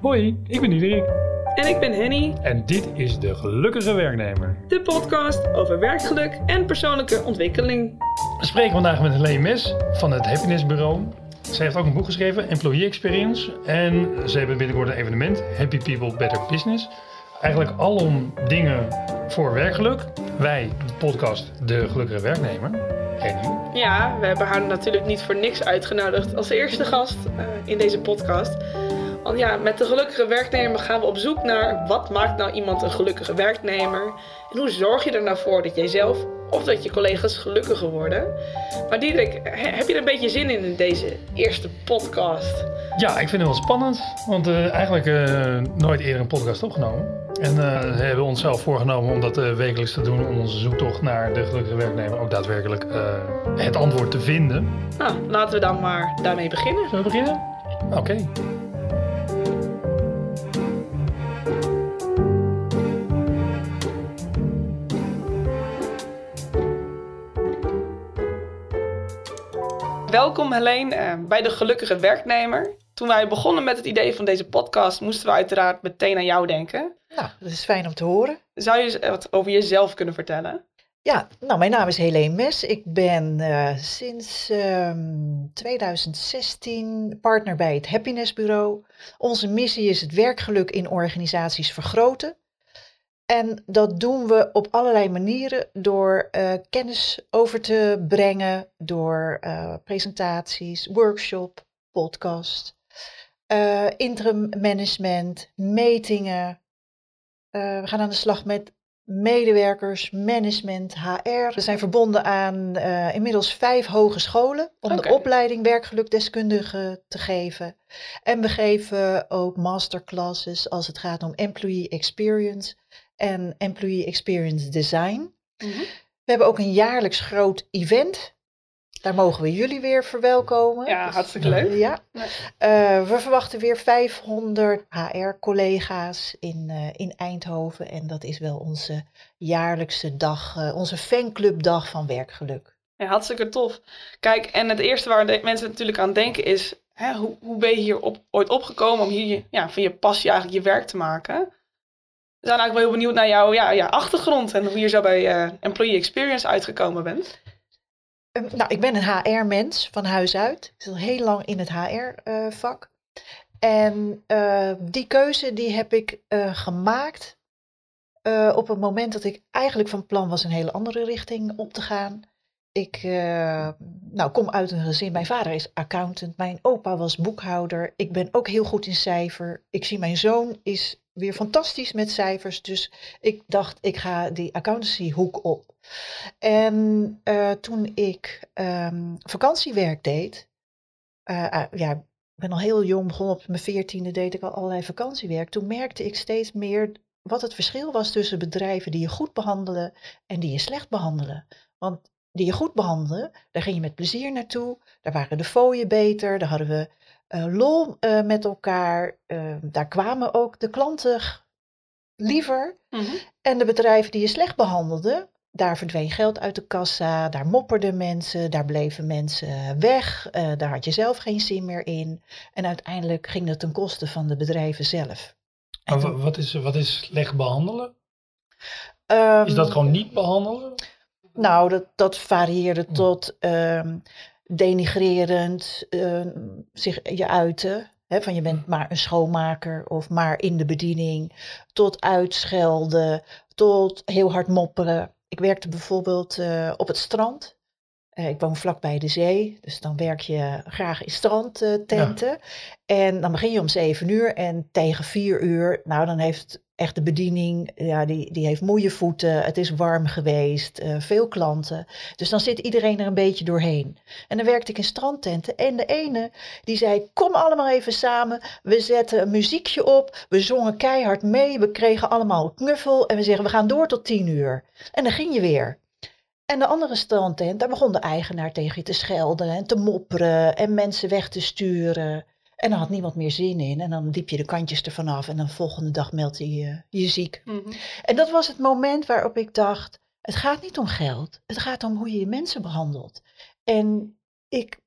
Hoi, ik ben Diederik. En ik ben Henny. En dit is De Gelukkige Werknemer. De podcast over werkgeluk en persoonlijke ontwikkeling. We spreken vandaag met Helene Mes van het Happiness Bureau. Zij heeft ook een boek geschreven, Employee Experience. En ze hebben binnenkort een evenement, Happy People Better Business. Eigenlijk alom dingen voor werkgeluk. Wij, de podcast De Gelukkige Werknemer. Henny. Ja, we hebben haar natuurlijk niet voor niks uitgenodigd als eerste gast in deze podcast. Want ja, met De Gelukkige Werknemer gaan we op zoek naar wat maakt nou iemand een gelukkige werknemer. En hoe zorg je er nou voor dat jij zelf of dat je collega's gelukkiger worden. Maar Diederik, heb je er een beetje zin in deze eerste podcast? Ja, ik vind het wel spannend. Want eigenlijk nooit eerder een podcast opgenomen. En we hebben onszelf voorgenomen om dat wekelijks te doen. Om onze zoektocht naar de gelukkige werknemer ook daadwerkelijk het antwoord te vinden. Nou, laten we dan maar daarmee beginnen. Zullen we beginnen? Oké. Welkom Helene bij De Gelukkige Werknemer. Toen wij begonnen met het idee van deze podcast moesten we uiteraard meteen aan jou denken. Nou, dat is fijn om te horen. Zou je eens wat over jezelf kunnen vertellen? Ja, nou, mijn naam is Helene Mes. Ik ben sinds 2016 partner bij het Happiness Bureau. Onze missie is het werkgeluk in organisaties vergroten. En dat doen we op allerlei manieren door kennis over te brengen, door presentaties, workshop, podcast, interim management, metingen. We gaan aan de slag met medewerkers, management, HR. We zijn verbonden aan inmiddels 5 hogescholen om de opleiding werkgelukdeskundige te geven. En we geven ook masterclasses als het gaat om employee experience en employee experience design. Mm-hmm. We hebben ook een jaarlijks groot event. Daar mogen we jullie weer verwelkomen. Ja, hartstikke leuk. Ja. We verwachten weer 500 HR-collega's in Eindhoven. En dat is wel onze jaarlijkse dag, onze fanclubdag van werkgeluk. Ja, hartstikke tof. Kijk, en het eerste waar mensen natuurlijk aan denken is, hoe ben je hier ooit opgekomen om hier van je passie eigenlijk je werk te maken? We zijn eigenlijk wel heel benieuwd naar jouw achtergrond en hoe je zo bij Employee Experience uitgekomen bent. Nou, ik ben een HR-mens van huis uit. Ik zit al heel lang in het HR-vak. En die keuze die heb ik gemaakt op het moment dat ik eigenlijk van plan was een hele andere richting op te gaan. Ik kom uit een gezin. Mijn vader is accountant. Mijn opa was boekhouder. Ik ben ook heel goed in cijfer. Ik zie mijn zoon is weer fantastisch met cijfers. Dus ik dacht, ik ga die accountancyhoek op. En toen ik vakantiewerk deed. Ik ben al heel jong begonnen. Op mijn 14e deed ik al allerlei vakantiewerk. Toen merkte ik steeds meer wat het verschil was tussen bedrijven die je goed behandelen en die je slecht behandelen. Want die je goed behandelen, daar ging je met plezier naartoe. Daar waren de fooien beter, daar hadden we lol met elkaar. Daar kwamen ook de klanten liever. Mm-hmm. En de bedrijven die je slecht behandelde, daar verdween geld uit de kassa, daar mopperden mensen, daar bleven mensen weg. Daar had je zelf geen zin meer in. En uiteindelijk ging dat ten koste van de bedrijven zelf. Maar wat is slecht behandelen? Is dat gewoon niet behandelen? Nou, dat varieerde tot denigrerend zich je uiten. Hè, van je bent maar een schoonmaker of maar in de bediening. Tot uitschelden, tot heel hard mopperen. Ik werkte bijvoorbeeld op het strand. Ik woon vlakbij de zee, dus dan werk je graag in strandtenten. Ja. En dan begin je om 7:00 en tegen 4:00, nou dan heeft echt de bediening, die heeft moeie voeten. Het is warm geweest, veel klanten. Dus dan zit iedereen er een beetje doorheen. En dan werkte ik in strandtenten en de ene die zei, kom allemaal even samen. We zetten een muziekje op, we zongen keihard mee, we kregen allemaal een knuffel. En we zeggen, we gaan door tot 10:00. En dan ging je weer. En de andere strandtent, daar begon de eigenaar tegen je te schelden en te mopperen en mensen weg te sturen. En dan had niemand meer zin in en dan liep je de kantjes ervan af en dan de volgende dag meldde je ziek. Mm-hmm. En dat was het moment waarop ik dacht, het gaat niet om geld, het gaat om hoe je mensen behandelt. En ik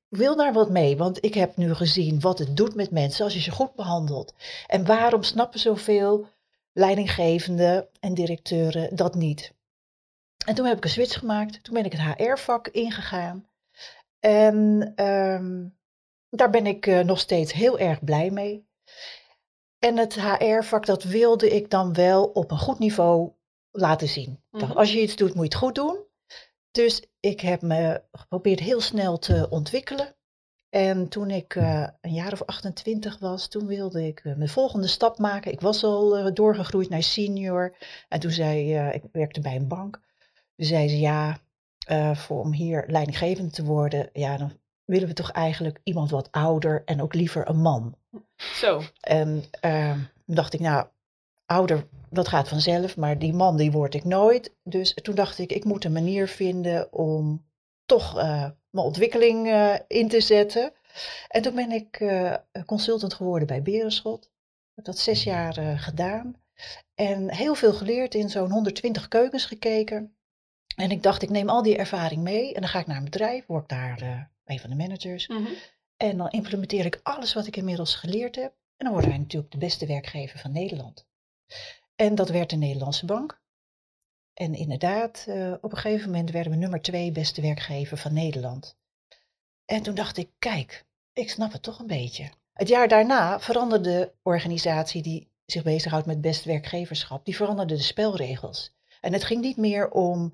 wil daar wat mee, want ik heb nu gezien wat het doet met mensen als je ze goed behandelt. En waarom snappen zoveel leidinggevenden en directeuren dat niet? En toen heb ik een switch gemaakt. Toen ben ik het HR-vak ingegaan. En daar ben ik nog steeds heel erg blij mee. En het HR-vak, dat wilde ik dan wel op een goed niveau laten zien. Als je iets doet, moet je het goed doen. Dus ik heb me geprobeerd heel snel te ontwikkelen. En toen ik een jaar of 28 was, toen wilde ik mijn volgende stap maken. Ik was al doorgegroeid naar senior. En toen ik werkte bij een bank. Toen zei ze, ja, om hier leidinggevend te worden, ja, dan willen we toch eigenlijk iemand wat ouder en ook liever een man. Zo. En toen dacht ik, nou, ouder, dat gaat vanzelf, maar die man, die word ik nooit. Dus toen dacht ik moet een manier vinden om toch mijn ontwikkeling in te zetten. En toen ben ik consultant geworden bij Berenschot. Ik heb dat 6 jaar gedaan. En heel veel geleerd, in zo'n 120 keukens gekeken. En ik dacht, ik neem al die ervaring mee en dan ga ik naar een bedrijf, word ik daar een van de managers. En dan implementeer ik alles wat ik inmiddels geleerd heb. En dan worden wij natuurlijk de beste werkgever van Nederland. En dat werd de Nederlandse Bank. En inderdaad, op een gegeven moment werden we nummer 2 beste werkgever van Nederland. En toen dacht ik, kijk, ik snap het toch een beetje. Het jaar daarna veranderde de organisatie die zich bezighoudt met best werkgeverschap, die veranderde de spelregels. En het ging niet meer om,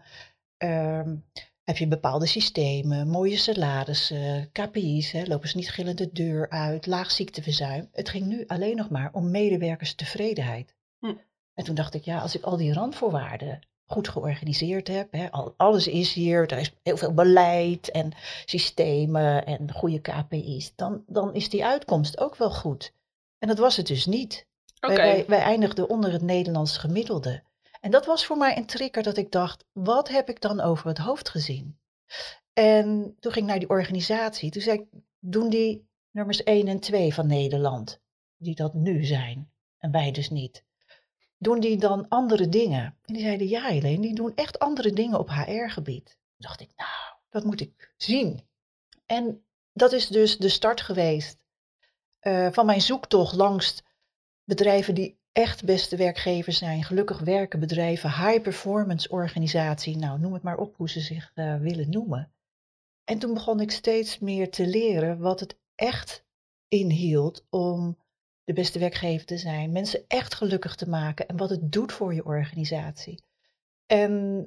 heb je bepaalde systemen, mooie salarissen, KPI's, lopen ze niet gillend de deur uit, laag ziekteverzuim. Het ging nu alleen nog maar om medewerkerstevredenheid. En toen dacht ik, ja, als ik al die randvoorwaarden goed georganiseerd heb, alles is hier, er is heel veel beleid en systemen en goede KPI's, dan is die uitkomst ook wel goed. En dat was het dus niet. Wij eindigden onder het Nederlands gemiddelde. En dat was voor mij een trigger dat ik dacht, wat heb ik dan over het hoofd gezien? En toen ging ik naar die organisatie, toen zei ik, doen die nummers 1 en 2 van Nederland, die dat nu zijn, en wij dus niet. Doen die dan andere dingen? En die zeiden, ja Helene, die doen echt andere dingen op HR-gebied. Toen dacht ik, nou, dat moet ik zien. En dat is dus de start geweest van mijn zoektocht langs bedrijven die echt beste werkgevers zijn. Gelukkig werken bedrijven, high-performance organisatie. Nou, noem het maar op hoe ze zich willen noemen. En toen begon ik steeds meer te leren wat het echt inhield om de beste werkgever te zijn, mensen echt gelukkig te maken en wat het doet voor je organisatie. En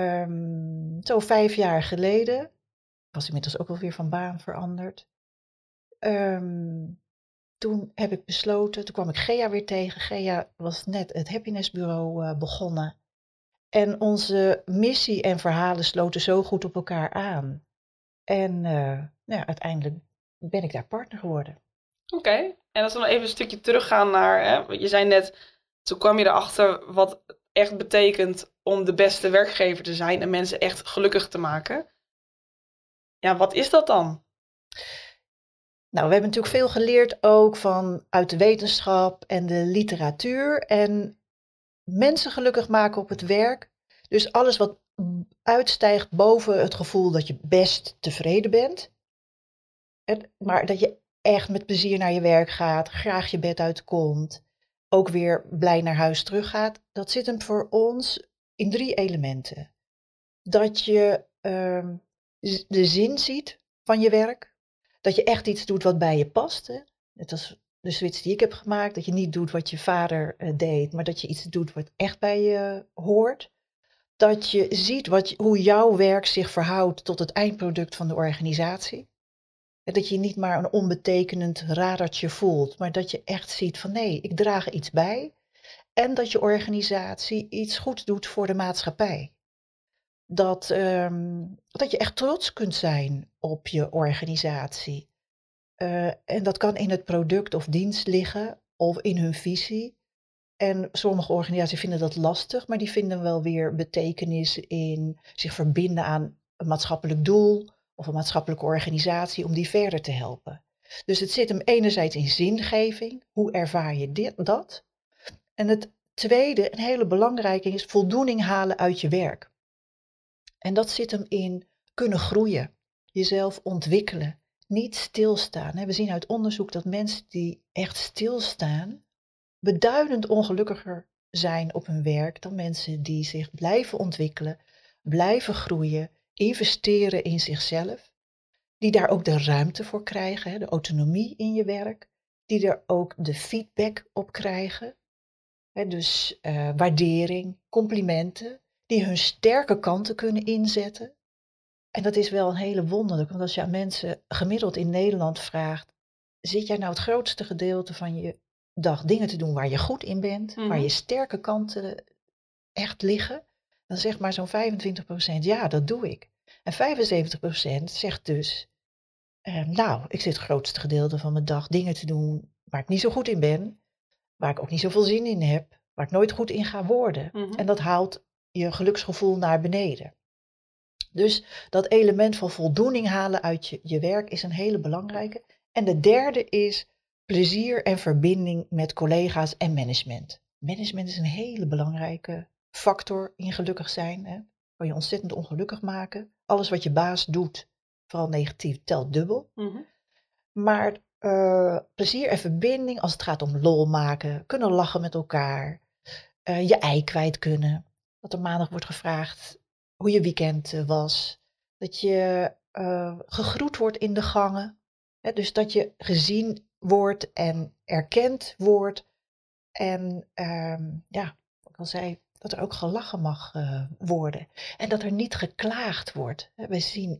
zo 5 jaar geleden, ik was inmiddels ook alweer van baan veranderd, toen heb ik besloten, toen kwam ik Gea weer tegen. Gea was net het Happiness Bureau begonnen. En onze missie en verhalen sloten zo goed op elkaar aan. En uiteindelijk ben ik daar partner geworden. Oké. En als we nog even een stukje teruggaan naar, je zei net, toen kwam je erachter wat het echt betekent om de beste werkgever te zijn en mensen echt gelukkig te maken. Ja, wat is dat dan? Nou, we hebben natuurlijk veel geleerd ook uit de wetenschap en de literatuur. En mensen gelukkig maken op het werk. Dus alles wat uitstijgt boven het gevoel dat je best tevreden bent. Maar dat je echt met plezier naar je werk gaat, graag je bed uitkomt, ook weer blij naar huis teruggaat. Dat zit hem voor ons in 3 elementen. Dat je de zin ziet van je werk. Dat je echt iets doet wat bij je past. Hè? Net als de switch die ik heb gemaakt. Dat je niet doet wat je vader deed, maar dat je iets doet wat echt bij je hoort. Dat je ziet hoe jouw werk zich verhoudt tot het eindproduct van de organisatie. Dat je niet maar een onbetekenend radertje voelt, maar dat je echt ziet van nee, ik draag iets bij. En dat je organisatie iets goeds doet voor de maatschappij. Dat je echt trots kunt zijn op je organisatie. En dat kan in het product of dienst liggen of in hun visie. En sommige organisaties vinden dat lastig, maar die vinden wel weer betekenis in zich verbinden aan een maatschappelijk doel of een maatschappelijke organisatie om die verder te helpen. Dus het zit hem enerzijds in zingeving. Hoe ervaar je dat? En het tweede, een hele belangrijke, is voldoening halen uit je werk. En dat zit hem in kunnen groeien, jezelf ontwikkelen, niet stilstaan. We zien uit onderzoek dat mensen die echt stilstaan beduidend ongelukkiger zijn op hun werk dan mensen die zich blijven ontwikkelen, blijven groeien, investeren in zichzelf, die daar ook de ruimte voor krijgen, de autonomie in je werk, die er ook de feedback op krijgen, dus waardering, complimenten, die hun sterke kanten kunnen inzetten. En dat is wel een hele wonderlijk, want als je aan mensen gemiddeld in Nederland vraagt, zit jij nou het grootste gedeelte van je dag dingen te doen waar je goed in bent, waar je sterke kanten echt liggen, dan zegt maar zo'n 25% ja, dat doe ik. En 75% zegt dus, ik zit het grootste gedeelte van mijn dag dingen te doen waar ik niet zo goed in ben, waar ik ook niet zoveel zin in heb, waar ik nooit goed in ga worden. En dat haalt je geluksgevoel naar beneden. Dus dat element van voldoening halen uit je werk is een hele belangrijke. En de derde is plezier en verbinding met collega's en management. Management is een hele belangrijke factor in gelukkig zijn. Kan je ontzettend ongelukkig maken. Alles wat je baas doet, vooral negatief, telt dubbel. Maar plezier en verbinding als het gaat om lol maken, kunnen lachen met elkaar, je ei kwijt kunnen. Dat er maandag wordt gevraagd hoe je weekend was. Dat je gegroet wordt in de gangen. Dus dat je gezien wordt en erkend wordt. En ik al zei, dat er ook gelachen mag worden. En dat er niet geklaagd wordt. We zien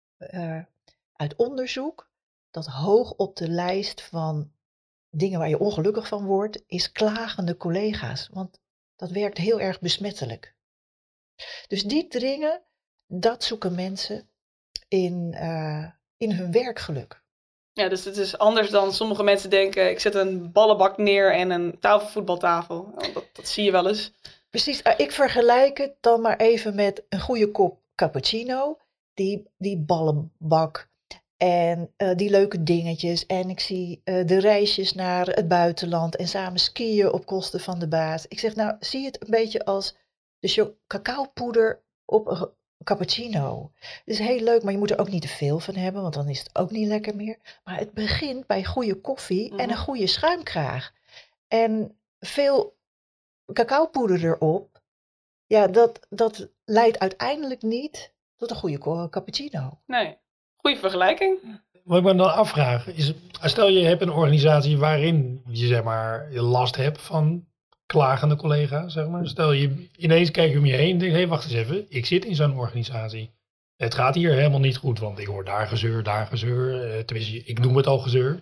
uit onderzoek dat hoog op de lijst van dingen waar je ongelukkig van wordt, is klagende collega's. Want dat werkt heel erg besmettelijk. Dus die dingen, dat zoeken mensen in hun werkgeluk. Ja, dus het is anders dan sommige mensen denken, ik zet een ballenbak neer en een tafelvoetbaltafel. Dat zie je wel eens. Precies, ik vergelijk het dan maar even met een goede kop cappuccino, die ballenbak en die leuke dingetjes. En ik zie de reisjes naar het buitenland en samen skiën op kosten van de baas. Ik zeg, nou, zie het een beetje als de cacaopoeder op een cappuccino. Het is heel leuk, maar je moet er ook niet te veel van hebben, want dan is het ook niet lekker meer. Maar het begint bij goede koffie en een goede schuimkraag. En veel cacaopoeder erop, ja, dat leidt uiteindelijk niet tot een goede cappuccino. Nee, goede vergelijking. Wat ik me dan afvraag is, stel je hebt een organisatie waarin je zeg maar last hebt van klagende collega's, zeg maar. Stel je ineens kijkt om je heen en denkt, hé, wacht eens even, ik zit in zo'n organisatie. Het gaat hier helemaal niet goed, want ik hoor daar gezeur. Tenminste, ik noem het al gezeur.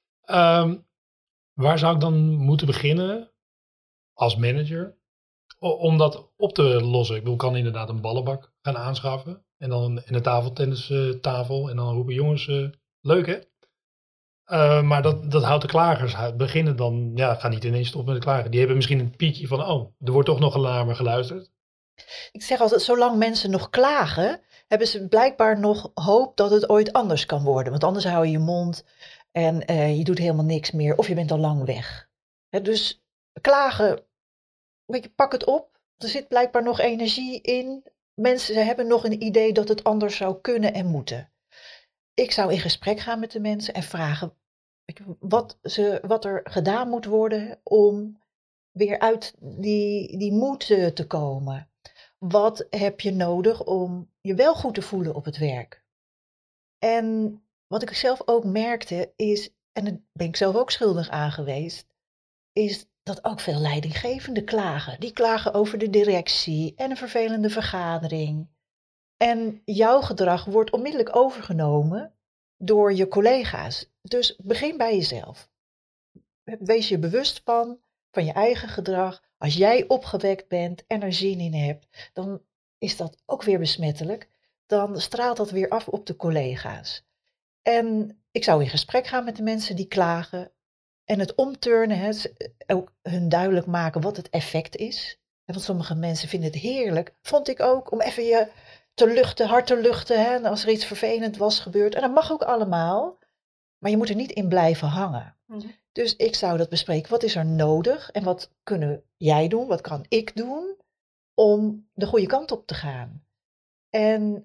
Waar zou ik dan moeten beginnen als manager om dat op te lossen? Ik bedoel, ik kan inderdaad een ballenbak gaan aanschaffen en dan een tafeltennistafel en dan roepen jongens, leuk hè? Maar dat houdt de klagers beginnen dan, ga niet ineens stoppen met de klagen. Die hebben misschien een piekje van, er wordt toch nog naar me geluisterd. Ik zeg altijd, zolang mensen nog klagen, hebben ze blijkbaar nog hoop dat het ooit anders kan worden. Want anders hou je je mond en je doet helemaal niks meer of je bent al lang weg. Dus klagen, pak het op. Er zit blijkbaar nog energie in. Mensen hebben nog een idee dat het anders zou kunnen en moeten. Ik zou in gesprek gaan met de mensen en vragen wat er gedaan moet worden om weer uit die moed te komen. Wat heb je nodig om je wel goed te voelen op het werk? En wat ik zelf ook merkte is, en daar ben ik zelf ook schuldig aan geweest, is dat ook veel leidinggevenden klagen. Die klagen over de directie en een vervelende vergadering. En jouw gedrag wordt onmiddellijk overgenomen door je collega's. Dus begin bij jezelf. Wees je bewust van je eigen gedrag. Als jij opgewekt bent en er zin in hebt, dan is dat ook weer besmettelijk. Dan straalt dat weer af op de collega's. En ik zou in gesprek gaan met de mensen die klagen. En het omturnen, ook hun duidelijk maken wat het effect is. Want sommige mensen vinden het heerlijk, vond ik ook, om even je hard te luchten. Als er iets vervelend was gebeurd. En dat mag ook allemaal. Maar je moet er niet in blijven hangen. Dus ik zou dat bespreken. Wat is er nodig? En wat kunnen jij doen? Wat kan ik doen? Om de goede kant op te gaan. En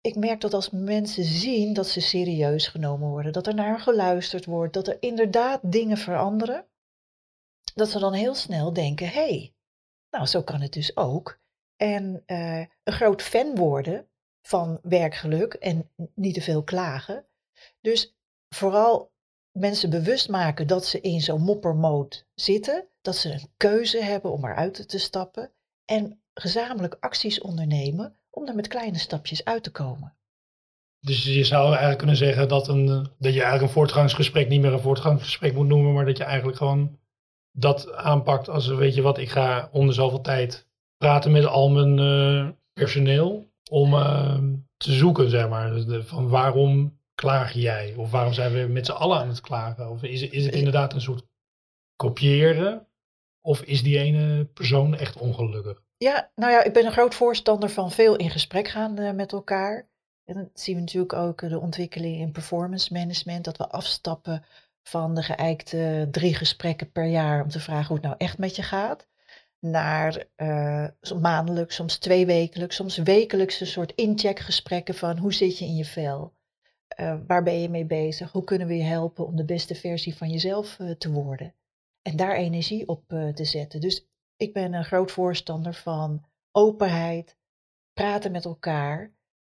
ik merk dat als mensen zien dat ze serieus genomen worden, dat er naar hen geluisterd wordt, dat er inderdaad dingen veranderen, dat ze dan heel snel denken, nou zo kan het dus ook. En een groot fan worden van werkgeluk en niet te veel klagen. Dus vooral mensen bewust maken dat ze in zo'n moppermode zitten, dat ze een keuze hebben om eruit te stappen en gezamenlijk acties ondernemen om er met kleine stapjes uit te komen. Dus je zou eigenlijk kunnen zeggen dat je eigenlijk een voortgangsgesprek niet meer een voortgangsgesprek moet noemen, maar dat je eigenlijk gewoon dat aanpakt als, weet je wat, ik ga onder zoveel tijd praten met al mijn personeel om te zoeken, zeg maar. Dus van waarom klaag jij? Of waarom zijn we met z'n allen aan het klagen? Of is het inderdaad een soort kopiëren? Of is die ene persoon echt ongelukkig? Ja, nou ja, ik ben een groot voorstander van veel in gesprek gaan met elkaar. En dan zien we natuurlijk ook de ontwikkeling in performance management, dat we afstappen van de geëikte 3 gesprekken per jaar om te vragen hoe het nou echt met je gaat, naar maandelijks, soms 2 wekelijks, soms wekelijks een soort incheckgesprekken van hoe zit je in je vel? Waar ben je mee bezig? Hoe kunnen we je helpen om de beste versie van jezelf te worden? En daar energie op te zetten. Dus ik ben een groot voorstander van openheid, praten met elkaar,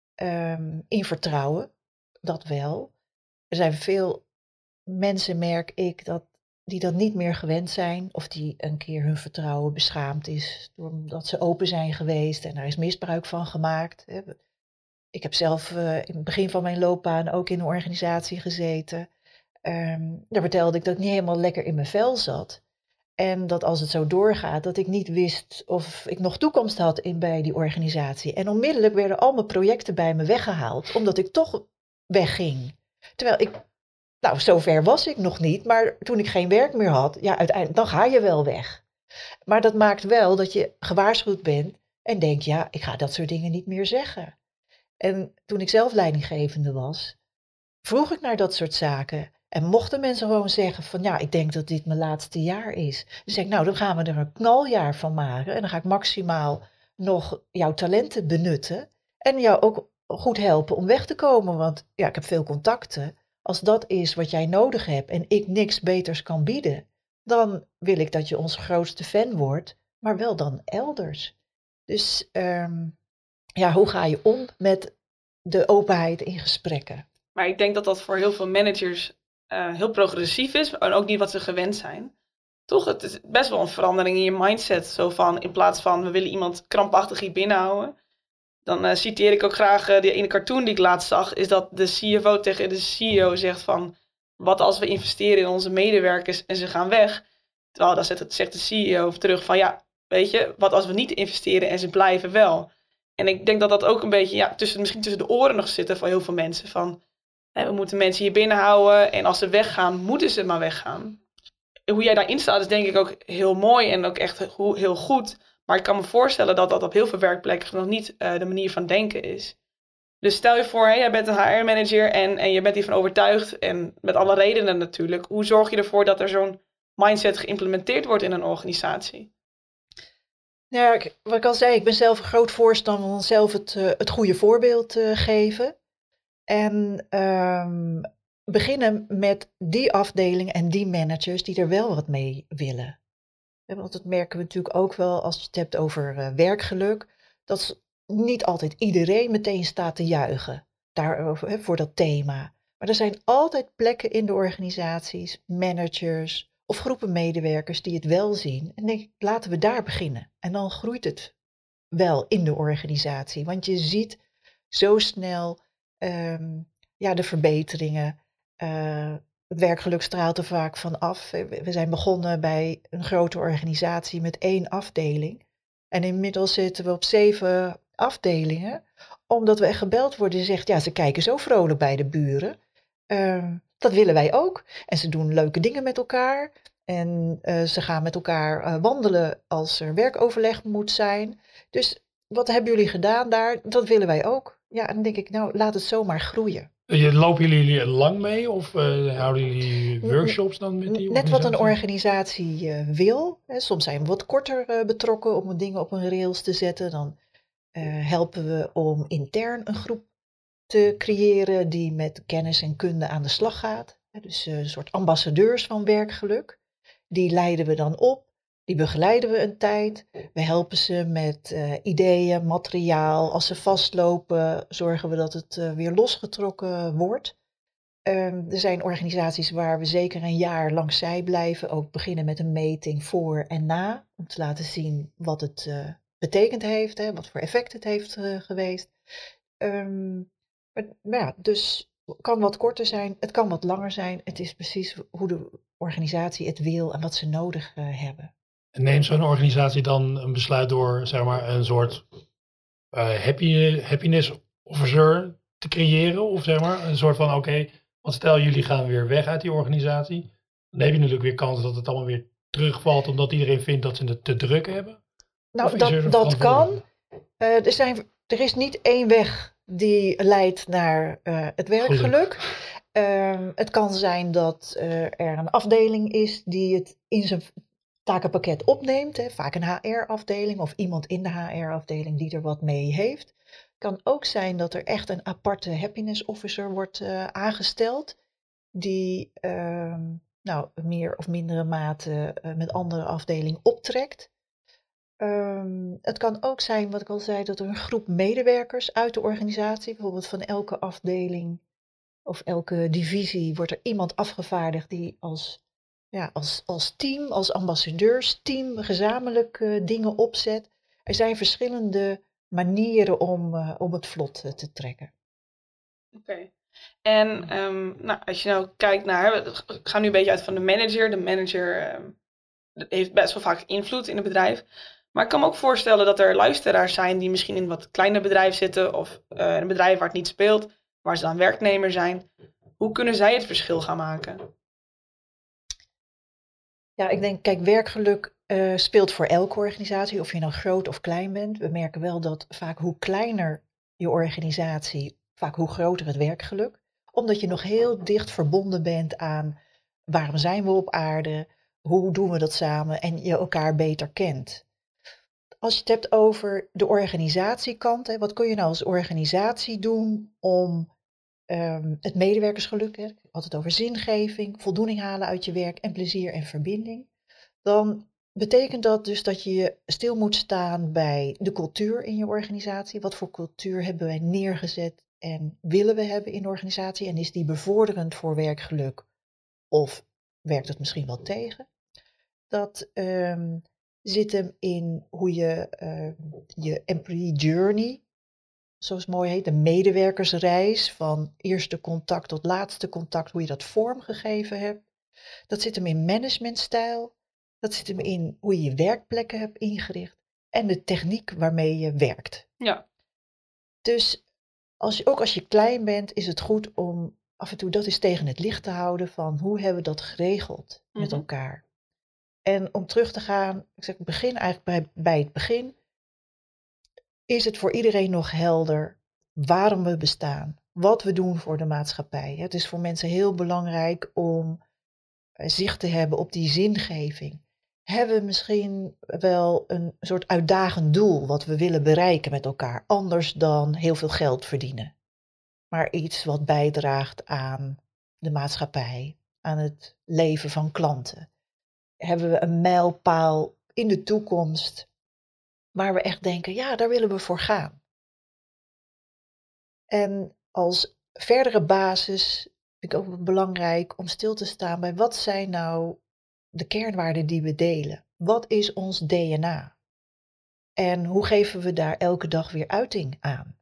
in vertrouwen, dat wel. Er zijn veel mensen, merk ik, die dat niet meer gewend zijn of die een keer hun vertrouwen beschaamd is doordat ze open zijn geweest en daar is misbruik van gemaakt. Ik heb zelf in het begin van mijn loopbaan ook in een organisatie gezeten. Daar vertelde ik dat ik niet helemaal lekker in mijn vel zat. En dat als het zo doorgaat, dat ik niet wist of ik nog toekomst had bij die organisatie. En onmiddellijk werden al mijn projecten bij me weggehaald, omdat ik toch wegging. Terwijl zover was ik nog niet, maar toen ik geen werk meer had, ja, uiteindelijk, dan ga je wel weg. Maar dat maakt wel dat je gewaarschuwd bent en denkt, ja, ik ga dat soort dingen niet meer zeggen. En toen ik zelf leidinggevende was, vroeg ik naar dat soort zaken. En mochten mensen gewoon zeggen van, ja, ik denk dat dit mijn laatste jaar is. Dan zeg ik, nou, dan gaan we er een knaljaar van maken. En dan ga ik maximaal nog jouw talenten benutten. En jou ook goed helpen om weg te komen. Want ja, ik heb veel contacten. Als dat is wat jij nodig hebt en ik niks beters kan bieden, dan wil ik dat je onze grootste fan wordt, maar wel dan elders. Dus hoe ga je om met de openheid in gesprekken? Maar ik denk dat dat voor heel veel managers heel progressief is en ook niet wat ze gewend zijn. Toch, het is best wel een verandering in je mindset. Zo van, in plaats van we willen iemand krampachtig hier binnenhouden. Dan citeer ik ook graag die ene cartoon die ik laatst zag. Is dat de CFO tegen de CEO zegt van, wat als we investeren in onze medewerkers en ze gaan weg? Terwijl dan zegt de CEO terug van, ja, weet je, wat als we niet investeren en ze blijven wel? En ik denk dat dat ook een beetje misschien tussen de oren nog zitten van heel veel mensen. Van, we moeten mensen hier binnenhouden en als ze weggaan, moeten ze maar weggaan. Hoe jij daarin staat is denk ik ook heel mooi en ook echt heel goed. Maar ik kan me voorstellen dat dat op heel veel werkplekken nog niet de manier van denken is. Dus stel je voor, jij bent een HR-manager en je bent hiervan overtuigd. En met alle redenen natuurlijk. Hoe zorg je ervoor dat er zo'n mindset geïmplementeerd wordt in een organisatie? Ja, wat ik al zei, ik ben zelf een groot voorstander van zelf het goede voorbeeld te geven. En beginnen met die afdeling en die managers die er wel wat mee willen. Want dat merken we natuurlijk ook wel als je het hebt over werkgeluk. Dat niet altijd iedereen meteen staat te juichen daarover, voor dat thema. Maar er zijn altijd plekken in de organisaties, managers of groepen medewerkers die het wel zien. En denk ik, laten we daar beginnen. En dan groeit het wel in de organisatie. Want je ziet zo snel de verbeteringen. Het werkgeluk straalt er vaak van af. We zijn begonnen bij een grote organisatie met 1 afdeling. En inmiddels zitten we op 7 afdelingen. Omdat we echt gebeld worden en zegt, ja, ze kijken zo vrolijk bij de buren. Dat willen wij ook. En ze doen leuke dingen met elkaar. En ze gaan met elkaar wandelen als er werkoverleg moet zijn. Dus wat hebben jullie gedaan daar? Dat willen wij ook. Ja, en dan denk ik, nou, laat het zomaar groeien. Lopen jullie lang mee of houden jullie workshops dan met die organisatie? Net wat een organisatie wil. Soms zijn we wat korter betrokken om dingen op een rails te zetten. Dan helpen we om intern een groep te creëren die met kennis en kunde aan de slag gaat. Dus een soort ambassadeurs van werkgeluk. Die leiden we dan op, die begeleiden we een tijd. We helpen ze met ideeën, materiaal. Als ze vastlopen, zorgen we dat het weer losgetrokken wordt. Er zijn organisaties waar we zeker een jaar langs zij blijven. Ook beginnen met een meting voor en na. Om te laten zien wat het betekend heeft, hè, wat voor effect het heeft geweest. Dus het kan wat korter zijn, het kan wat langer zijn. Het is precies hoe de organisatie het wil en wat ze nodig hebben. En neemt zo'n organisatie dan een besluit door, zeg maar, een soort happiness officer te creëren? Of zeg maar, een soort van, oké, want stel jullie gaan weer weg uit die organisatie. Dan heb je natuurlijk weer kans dat het allemaal weer terugvalt, omdat iedereen vindt dat ze het te druk hebben. Nou, dat kan. Er is niet één weg die leidt naar het werkgeluk. Het kan zijn dat er een afdeling is die het in zijn takenpakket opneemt. Hè, vaak een HR-afdeling of iemand in de HR-afdeling die er wat mee heeft. Het kan ook zijn dat er echt een aparte happiness officer wordt aangesteld. Die meer of mindere mate met andere afdeling optrekt. Het kan ook zijn, wat ik al zei, dat er een groep medewerkers uit de organisatie, bijvoorbeeld van elke afdeling of elke divisie, wordt er iemand afgevaardigd die als team, als ambassadeursteam gezamenlijk dingen opzet. Er zijn verschillende manieren om het vlot te trekken. Oké. En als je nou kijkt naar, we gaan nu een beetje uit van de manager. De manager heeft best wel vaak invloed in het bedrijf. Maar ik kan me ook voorstellen dat er luisteraars zijn die misschien in een wat kleiner bedrijf zitten of een bedrijf waar het niet speelt, waar ze dan werknemer zijn. Hoe kunnen zij het verschil gaan maken? Ja, ik denk, kijk, werkgeluk speelt voor elke organisatie, of je nou groot of klein bent. We merken wel dat vaak hoe kleiner je organisatie, vaak hoe groter het werkgeluk. Omdat je nog heel dicht verbonden bent aan waarom zijn we op aarde, hoe doen we dat samen en je elkaar beter kent. Als je het hebt over de organisatiekant, wat kun je nou als organisatie doen om het medewerkersgeluk, hè, altijd over zingeving, voldoening halen uit je werk en plezier en verbinding, dan betekent dat dus dat je stil moet staan bij de cultuur in je organisatie. Wat voor cultuur hebben wij neergezet en willen we hebben in de organisatie en is die bevorderend voor werkgeluk of werkt het misschien wel tegen? Dat zit hem in hoe je employee journey, zoals het mooi heet, de medewerkersreis van eerste contact tot laatste contact, hoe je dat vormgegeven hebt. Dat zit hem in managementstijl, dat zit hem in hoe je je werkplekken hebt ingericht en de techniek waarmee je werkt. Ja. Dus als je klein bent, is het goed om af en toe dat eens tegen het licht te houden van hoe hebben we dat geregeld met elkaar. En om terug te gaan, ik begin eigenlijk bij het begin. Is het voor iedereen nog helder waarom we bestaan? Wat we doen voor de maatschappij? Het is voor mensen heel belangrijk om zicht te hebben op die zingeving. Hebben we misschien wel een soort uitdagend doel wat we willen bereiken met elkaar, anders dan heel veel geld verdienen? Maar iets wat bijdraagt aan de maatschappij, aan het leven van klanten. Hebben we een mijlpaal in de toekomst waar we echt denken, ja, daar willen we voor gaan. En als verdere basis vind ik ook belangrijk om stil te staan bij wat zijn nou de kernwaarden die we delen? Wat is ons DNA? En hoe geven we daar elke dag weer uiting aan?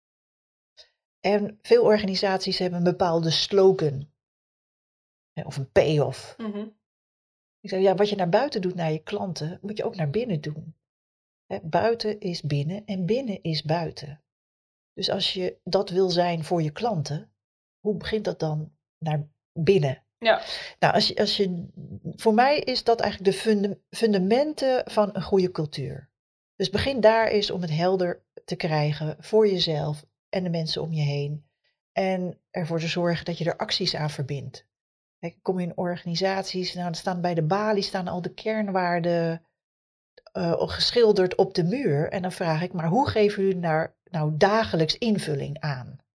En veel organisaties hebben een bepaalde slogan of een payoff. Ik zeg, ja, wat je naar buiten doet naar je klanten, moet je ook naar binnen doen. Buiten is binnen en binnen is buiten. Dus als je dat wil zijn voor je klanten, hoe begint dat dan naar binnen? Ja. Nou, voor mij is dat eigenlijk de fundamenten van een goede cultuur. Dus begin daar eens om het helder te krijgen voor jezelf en de mensen om je heen. En ervoor te zorgen dat je er acties aan verbindt. Kijk, ik kom in organisaties, nou, er staan bij de balie staan al de kernwaarden geschilderd op de muur. En dan vraag ik, maar hoe geven jullie daar nou dagelijks invulling aan?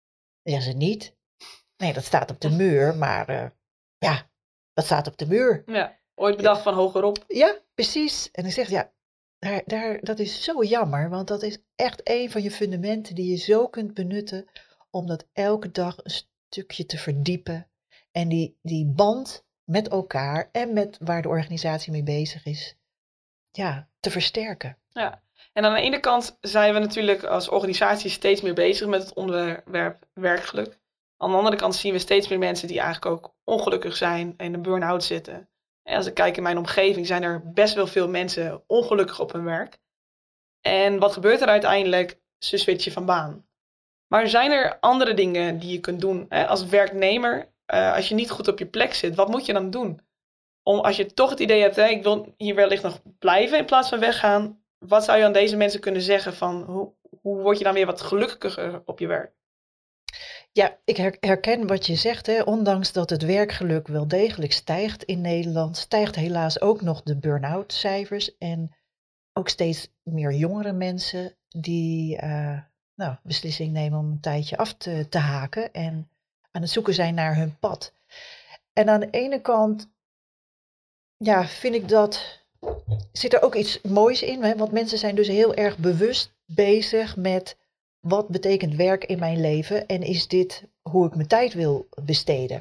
Dan zeggen ze niet. Nee, dat staat op de muur, maar wat staat op de muur? Ja, ooit bedacht van hogerop. Ja, precies. En ik zeg, ja, dat is zo jammer, want dat is echt een van je fundamenten die je zo kunt benutten om dat elke dag een stukje te verdiepen. En die band met elkaar en met waar de organisatie mee bezig is, ja, te versterken. Ja. En aan de ene kant zijn we natuurlijk als organisatie steeds meer bezig met het onderwerp werkgeluk. Aan de andere kant zien we steeds meer mensen die eigenlijk ook ongelukkig zijn en in een burn-out zitten. En als ik kijk in mijn omgeving zijn er best wel veel mensen ongelukkig op hun werk. En wat gebeurt er uiteindelijk? Ze switchen van baan. Maar zijn er andere dingen die je kunt doen als werknemer? Als je niet goed op je plek zit, wat moet je dan doen? Als je toch het idee hebt, ik wil hier wellicht nog blijven in plaats van weggaan. Wat zou je aan deze mensen kunnen zeggen van hoe word je dan weer wat gelukkiger op je werk? Ja, ik herken wat je zegt. Hè. Ondanks dat het werkgeluk wel degelijk stijgt in Nederland, stijgt helaas ook nog de burn-out cijfers. En ook steeds meer jongere mensen die beslissing nemen om een tijdje af te haken en aan het zoeken zijn naar hun pad. En aan de ene kant, ja, vind ik zit er ook iets moois in. Hè? Want mensen zijn dus heel erg bewust bezig met wat betekent werk in mijn leven en is dit hoe ik mijn tijd wil besteden.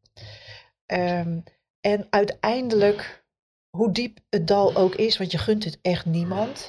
En uiteindelijk, hoe diep het dal ook is, want je gunt het echt niemand,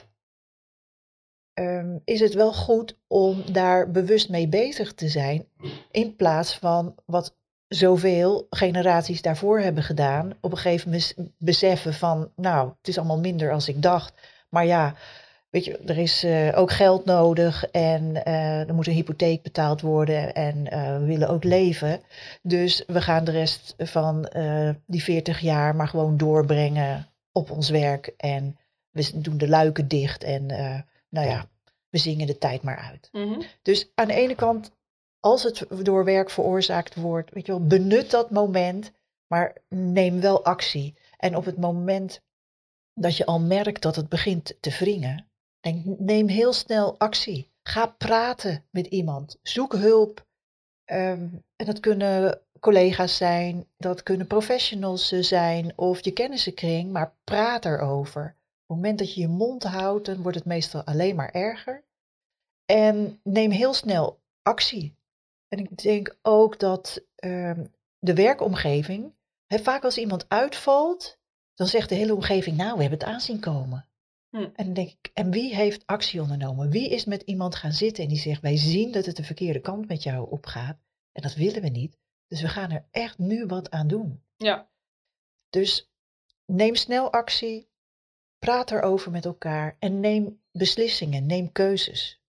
is het wel goed om daar bewust mee bezig te zijn, in plaats van wat zoveel generaties daarvoor hebben gedaan, op een gegeven moment beseffen van, nou, het is allemaal minder als ik dacht, maar ja, weet je, er is ook geld nodig en er moet een hypotheek betaald worden en we willen ook leven. Dus we gaan de rest van die 40 jaar maar gewoon doorbrengen op ons werk en we doen de luiken dicht en we zingen de tijd maar uit. Mm-hmm. Dus aan de ene kant, als het door werk veroorzaakt wordt, weet je wel, benut dat moment, maar neem wel actie. En op het moment dat je al merkt dat het begint te wringen, neem heel snel actie. Ga praten met iemand. Zoek hulp. En dat kunnen collega's zijn, dat kunnen professionals zijn of je kennissenkring, maar praat erover. Op het moment dat je je mond houdt, dan wordt het meestal alleen maar erger. En neem heel snel actie. En ik denk ook dat de werkomgeving, vaak als iemand uitvalt, dan zegt de hele omgeving, nou, we hebben het aanzien komen. En dan denk ik, en wie heeft actie ondernomen? Wie is met iemand gaan zitten en die zegt, wij zien dat het de verkeerde kant met jou opgaat. En dat willen we niet. Dus we gaan er echt nu wat aan doen. Ja. Dus neem snel actie, praat erover met elkaar en neem beslissingen, neem keuzes.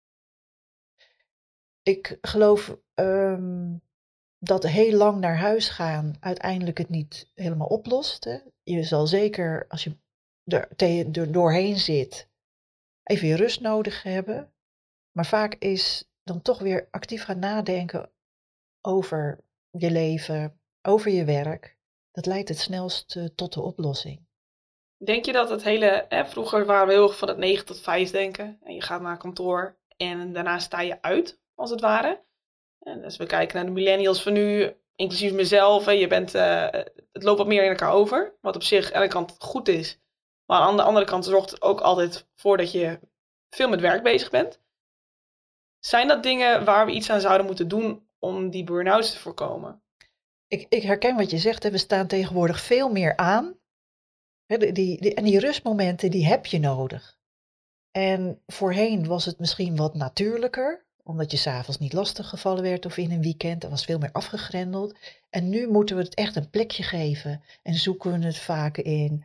Ik geloof dat heel lang naar huis gaan uiteindelijk het niet helemaal oplost. Hè. Je zal zeker, als je er doorheen zit, even je rust nodig hebben. Maar vaak is dan toch weer actief gaan nadenken over je leven, over je werk. Dat leidt het snelst tot de oplossing. Denk je dat het hele, vroeger waren we heel erg van het 9 tot 5 denken. En je gaat naar kantoor en daarna sta je uit, als het ware. En als we kijken naar de millennials van nu, inclusief mezelf, het loopt wat meer in elkaar over. Wat op zich aan de ene kant goed is. Maar aan de andere kant zorgt het ook altijd voor dat je veel met werk bezig bent. Zijn dat dingen waar we iets aan zouden moeten doen om die burn-outs te voorkomen? Ik herken wat je zegt, we staan tegenwoordig veel meer aan. En die rustmomenten, die heb je nodig. En voorheen was het misschien wat natuurlijker, omdat je 's avonds niet lastig gevallen werd of in een weekend. Er was veel meer afgegrendeld. En nu moeten we het echt een plekje geven en zoeken we het vaak in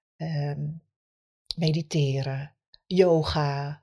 mediteren, yoga,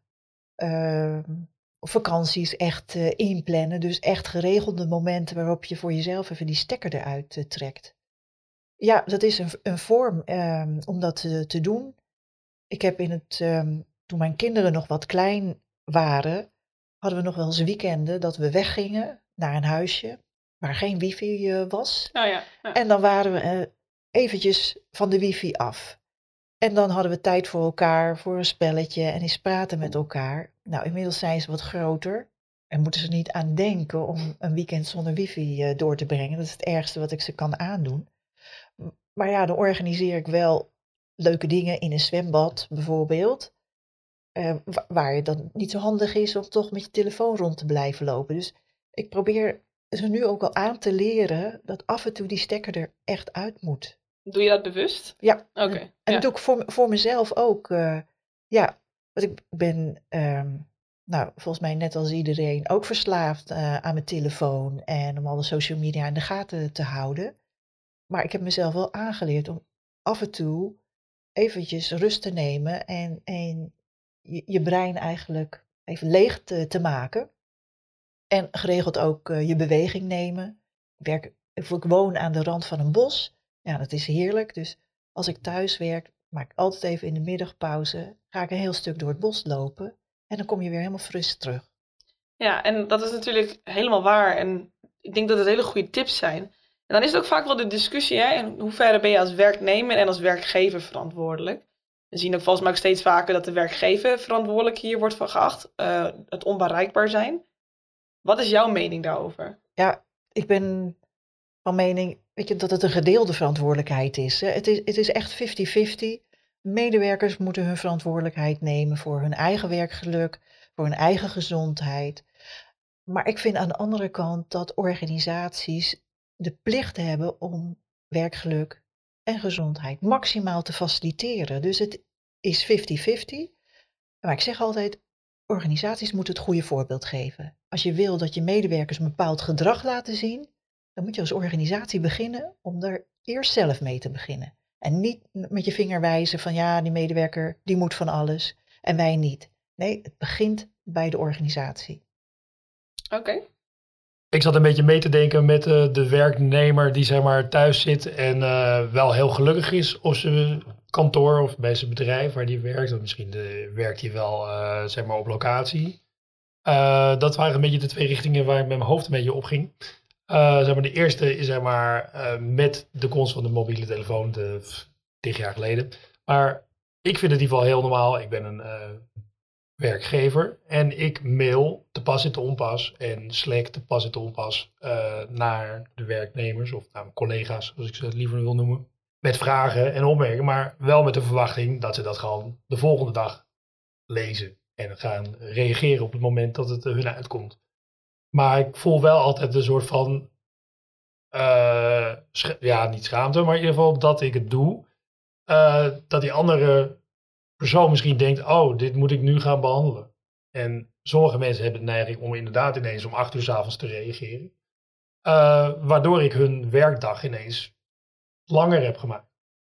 vakanties echt inplannen. Dus echt geregelde momenten waarop je voor jezelf even die stekker eruit trekt. Ja, dat is een vorm om dat te doen. Ik heb toen mijn kinderen nog wat klein waren, hadden we nog wel eens weekenden dat we weggingen naar een huisje waar geen wifi was. Oh ja. En dan waren we eventjes van de wifi af. En dan hadden we tijd voor elkaar, voor een spelletje en eens praten met elkaar. Nou, inmiddels zijn ze wat groter. En moeten ze niet aan denken om een weekend zonder wifi door te brengen. Dat is het ergste wat ik ze kan aandoen. Maar ja, dan organiseer ik wel leuke dingen in een zwembad bijvoorbeeld. Waar het dan niet zo handig is om toch met je telefoon rond te blijven lopen. Dus ik probeer ze nu ook al aan te leren dat af en toe die stekker er echt uit moet. Doe je dat bewust? Ja, Oké. en dat doe ik voor mezelf ook. Ja, want ik ben, volgens mij net als iedereen ook verslaafd aan mijn telefoon en om alle social media in de gaten te houden. Maar ik heb mezelf wel aangeleerd om af en toe eventjes rust te nemen en je brein eigenlijk even leeg te maken. En geregeld ook je beweging nemen. Ik woon aan de rand van een bos. Ja, dat is heerlijk. Dus als ik thuis werk, maak ik altijd even in de middagpauze. Ga ik een heel stuk door het bos lopen. En dan kom je weer helemaal fris terug. Ja, en dat is natuurlijk helemaal waar. En ik denk dat het hele goede tips zijn. En dan is het ook vaak wel de discussie, hè, in hoeverre ben je als werknemer en als werkgever verantwoordelijk. We zien ook volgens mij ook steeds vaker dat de werkgever verantwoordelijk hier wordt van geacht. Het onbereikbaar zijn. Wat is jouw mening daarover? Ja, ik ben van mening, weet je, dat het een gedeelde verantwoordelijkheid is. Hè. Het is echt 50-50. Medewerkers moeten hun verantwoordelijkheid nemen voor hun eigen werkgeluk, voor hun eigen gezondheid. Maar ik vind aan de andere kant dat organisaties de plicht hebben om werkgeluk en gezondheid maximaal te faciliteren. Dus het is 50-50. Maar ik zeg altijd, organisaties moeten het goede voorbeeld geven. Als je wil dat je medewerkers een bepaald gedrag laten zien, dan moet je als organisatie beginnen om daar eerst zelf mee te beginnen. En niet met je vinger wijzen van ja, die medewerker die moet van alles en wij niet. Nee, het begint bij de organisatie. Oké. Ik zat een beetje mee te denken met de werknemer die zeg maar thuis zit en wel heel gelukkig is op zijn kantoor of bij zijn bedrijf waar hij werkt. Of misschien werkt hij wel zeg maar op locatie. Dat waren een beetje de twee richtingen waar ik met mijn hoofd een beetje op ging. Zeg maar de eerste is zeg maar met de komst van de mobiele telefoon 10 jaar geleden. Maar ik vind het in ieder geval heel normaal. Ik ben een werkgever en ik mail te pas en te onpas en Slack te pas en te onpas naar de werknemers of naar mijn collega's, zoals ik ze liever wil noemen, met vragen en opmerkingen, maar wel met de verwachting dat ze dat gewoon de volgende dag lezen en gaan reageren op het moment dat het hun uitkomt. Maar ik voel wel altijd een soort van, niet schaamte, maar in ieder geval dat ik het doe, dat die andere persoon misschien denkt, oh, dit moet ik nu gaan behandelen. En sommige mensen hebben de neiging om inderdaad ineens om 8 uur 's avonds te reageren. Waardoor ik hun werkdag ineens langer heb gemaakt.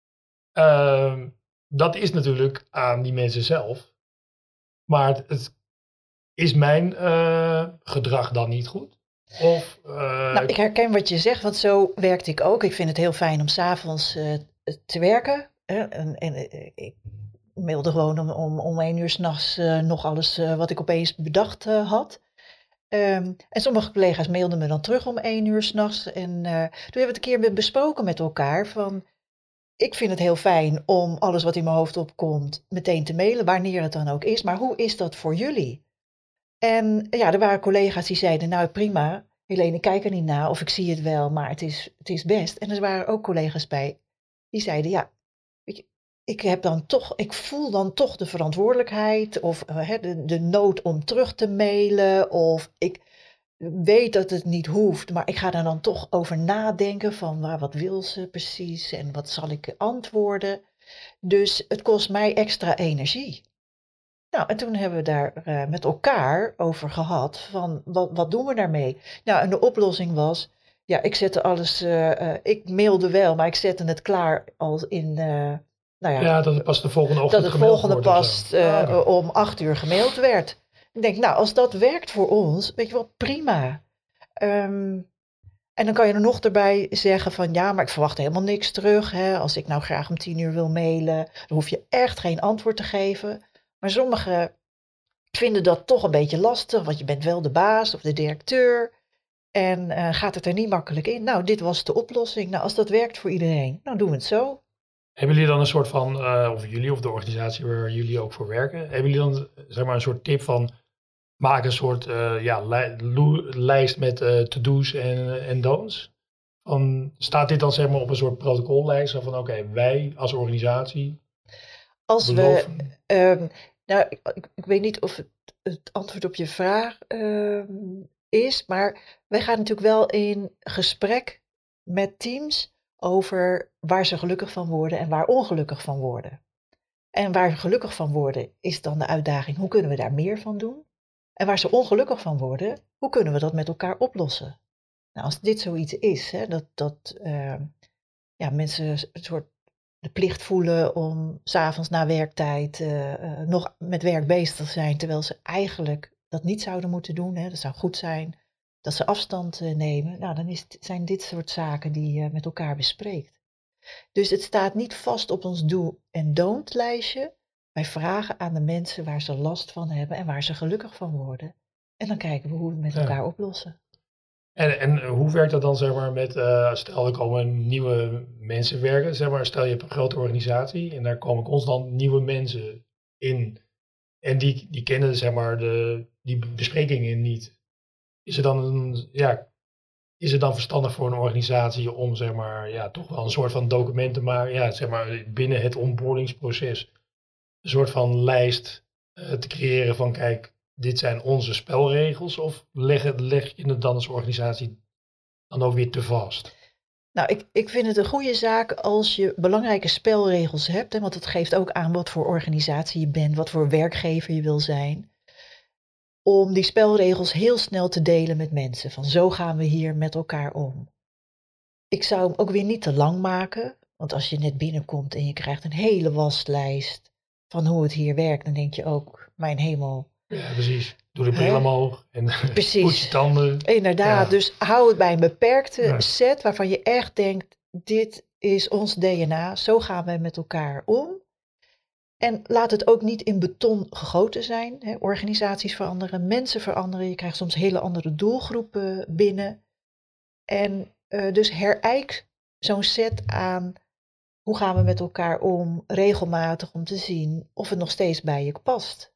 Dat is natuurlijk aan die mensen zelf. Maar het is mijn gedrag dan niet goed? Of, Nou, ik herken wat je zegt, want zo werkte ik ook. Ik vind het heel fijn om 's avonds te werken. Ik mailde gewoon om 1 uur 's nachts nog alles wat ik opeens bedacht had. En sommige collega's mailden me dan terug om 1 uur 's nachts. En toen hebben we het een keer besproken met elkaar van, ik vind het heel fijn om alles wat in mijn hoofd opkomt meteen te mailen, wanneer het dan ook is. Maar hoe is dat voor jullie? En ja, er waren collega's die zeiden, nou prima, Helene, ik kijk er niet naar of ik zie het wel, maar het is best. En er waren ook collega's bij die zeiden, ja, weet je, ik voel dan toch de verantwoordelijkheid of de nood om terug te mailen. Of ik weet dat het niet hoeft, maar ik ga daar dan toch over nadenken van wat wil ze precies en wat zal ik antwoorden. Dus het kost mij extra energie. Nou, en toen hebben we daar met elkaar over gehad van wat doen we daarmee? Nou, en de oplossing was, ja, ik mailde wel, maar ik zette het klaar als in, dat het pas de volgende ochtend dat het gemaild volgende wordt pas of zo. om 8 uur gemaild werd. Ik denk, nou, als dat werkt voor ons, weet je wel, prima. En dan kan je er nog erbij zeggen van, ja, maar ik verwacht helemaal niks terug. Hè. Als ik nou graag om 10 uur wil mailen, dan hoef je echt geen antwoord te geven. Maar sommigen vinden dat toch een beetje lastig, want je bent wel de baas of de directeur. En gaat het er niet makkelijk in. Nou, dit was de oplossing. Nou, als dat werkt voor iedereen, dan doen we het zo. Hebben jullie dan een soort van, of jullie of de organisatie waar jullie ook voor werken, hebben jullie dan zeg maar een soort tip van maak een soort lijst met to-do's en don'ts. Staat dit dan zeg maar op een soort protocollijst van oké, wij als organisatie Als we, beloven... nou, ik weet niet of het antwoord op je vraag is, maar wij gaan natuurlijk wel in gesprek met teams over waar ze gelukkig van worden en waar ongelukkig van worden. En waar ze gelukkig van worden is dan de uitdaging, hoe kunnen we daar meer van doen? En waar ze ongelukkig van worden, hoe kunnen we dat met elkaar oplossen? Nou, als dit zoiets is, hè, dat mensen een soort de plicht voelen om 's avonds na werktijd nog met werk bezig te zijn, terwijl ze eigenlijk dat niet zouden moeten doen. Hè. Dat zou goed zijn dat ze afstand nemen. Nou, dan zijn dit soort zaken die je met elkaar bespreekt. Dus het staat niet vast op ons do- en don't lijstje. Wij vragen aan de mensen waar ze last van hebben en waar ze gelukkig van worden. En dan kijken we hoe we het met elkaar oplossen. En hoe werkt dat dan, zeg maar, met, stel er komen nieuwe mensen werken, zeg maar, stel je hebt een grote organisatie en daar komen constant nieuwe mensen in en die kennen, zeg maar, die besprekingen niet. Is het dan verstandig voor een organisatie om, zeg maar, toch wel een soort van document te maken, zeg maar, binnen het onboardingsproces, een soort van lijst te creëren van, kijk, dit zijn onze spelregels, of leg je het dan als organisatie dan ook weer te vast? Nou, ik vind het een goede zaak als je belangrijke spelregels hebt, hè, want het geeft ook aan wat voor organisatie je bent, wat voor werkgever je wil zijn. Om die spelregels heel snel te delen met mensen, van zo gaan we hier met elkaar om. Ik zou hem ook weer niet te lang maken, want als je net binnenkomt en je krijgt een hele waslijst van hoe het hier werkt, dan denk je ook, mijn hemel. Ja, precies. Doe de bril omhoog en Precies. poets je tanden. Inderdaad, dus hou het bij een beperkte Ja. set waarvan je echt denkt, dit is ons DNA, zo gaan wij met elkaar om. En laat het ook niet in beton gegoten zijn. Hè. Organisaties veranderen, mensen veranderen, je krijgt soms hele andere doelgroepen binnen. En dus hereik zo'n set aan, hoe gaan we met elkaar om, regelmatig om te zien of het nog steeds bij je past.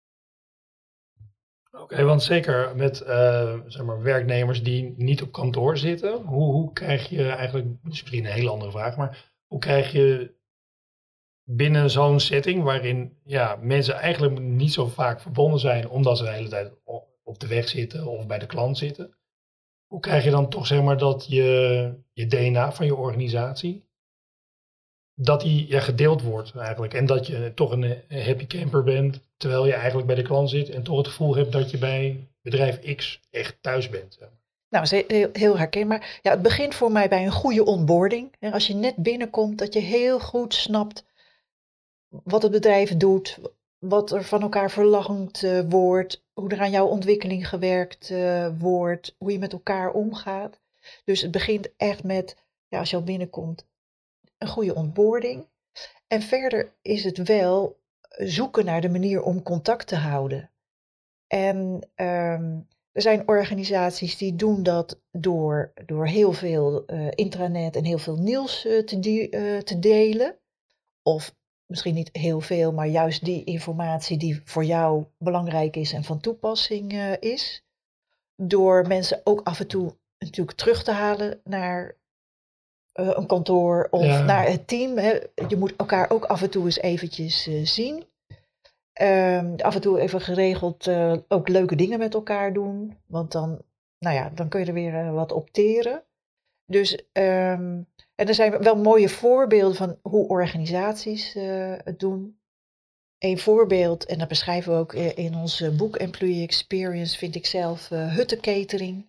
Oké, want zeker met zeg maar werknemers die niet op kantoor zitten, hoe krijg je eigenlijk, misschien een hele andere vraag, maar hoe krijg je binnen zo'n setting waarin mensen eigenlijk niet zo vaak verbonden zijn omdat ze de hele tijd op de weg zitten of bij de klant zitten. Hoe krijg je dan toch, zeg maar, dat je DNA van je organisatie, dat die gedeeld wordt eigenlijk. En dat je toch een happy camper bent, terwijl je eigenlijk bij de klant zit en toch het gevoel hebt dat je bij bedrijf X echt thuis bent. Zeg maar. Nou, dat is heel herkenbaar. Ja, het begint voor mij bij een goede onboarding. En als je net binnenkomt, dat je heel goed snapt wat het bedrijf doet, wat er van elkaar verlangd wordt, hoe er aan jouw ontwikkeling gewerkt wordt, hoe je met elkaar omgaat. Dus het begint echt met, als je al binnenkomt, een goede onboarding. En verder is het wel zoeken naar de manier om contact te houden. En er zijn organisaties die doen dat door heel veel intranet en heel veel nieuws te delen. Of misschien niet heel veel, maar juist die informatie die voor jou belangrijk is en van toepassing is. Door mensen ook af en toe natuurlijk terug te halen naar een kantoor of naar het team. Hè. Je moet elkaar ook af en toe eens eventjes zien. Af en toe even geregeld ook leuke dingen met elkaar doen. Want dan kun je er weer wat opteren. Dus, en er zijn wel mooie voorbeelden van hoe organisaties het doen. Een voorbeeld, en dat beschrijven we ook in ons boek Employee Experience, vind ik zelf huttencatering.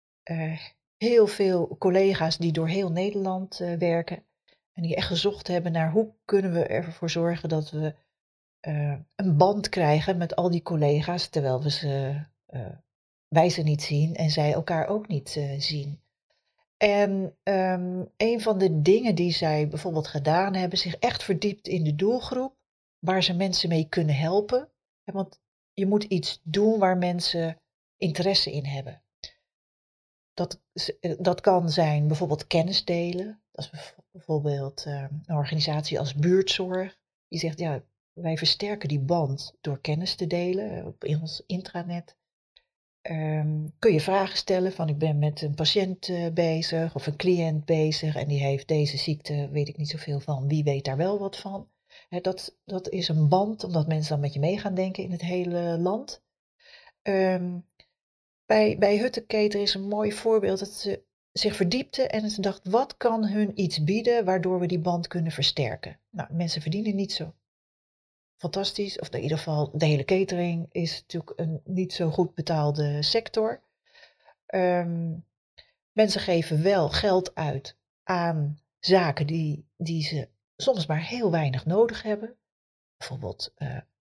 Heel veel collega's die door heel Nederland werken. En die echt gezocht hebben naar hoe kunnen we ervoor zorgen dat we een band krijgen met al die collega's, terwijl wij ze niet zien en zij elkaar ook niet zien. En een van de dingen die zij bijvoorbeeld gedaan hebben, zich echt verdiept in de doelgroep, waar ze mensen mee kunnen helpen. Want je moet iets doen waar mensen interesse in hebben. Dat kan zijn bijvoorbeeld kennis delen. Dat is bijvoorbeeld een organisatie als Buurtzorg. Die zegt, wij versterken die band door kennis te delen in ons intranet. kun je vragen stellen van ik ben met een patiënt bezig of een cliënt bezig en die heeft deze ziekte, weet ik niet zoveel van, wie weet daar wel wat van. Dat is een band, omdat mensen dan met je mee gaan denken in het hele land. Bij Huttenketer is een mooi voorbeeld dat ze zich verdiepte en ze dacht, wat kan hun iets bieden waardoor we die band kunnen versterken? Nou, mensen verdienen niet zo fantastisch, of in ieder geval de hele catering is natuurlijk een niet zo goed betaalde sector. Mensen geven wel geld uit aan zaken die ze soms maar heel weinig nodig hebben. Bijvoorbeeld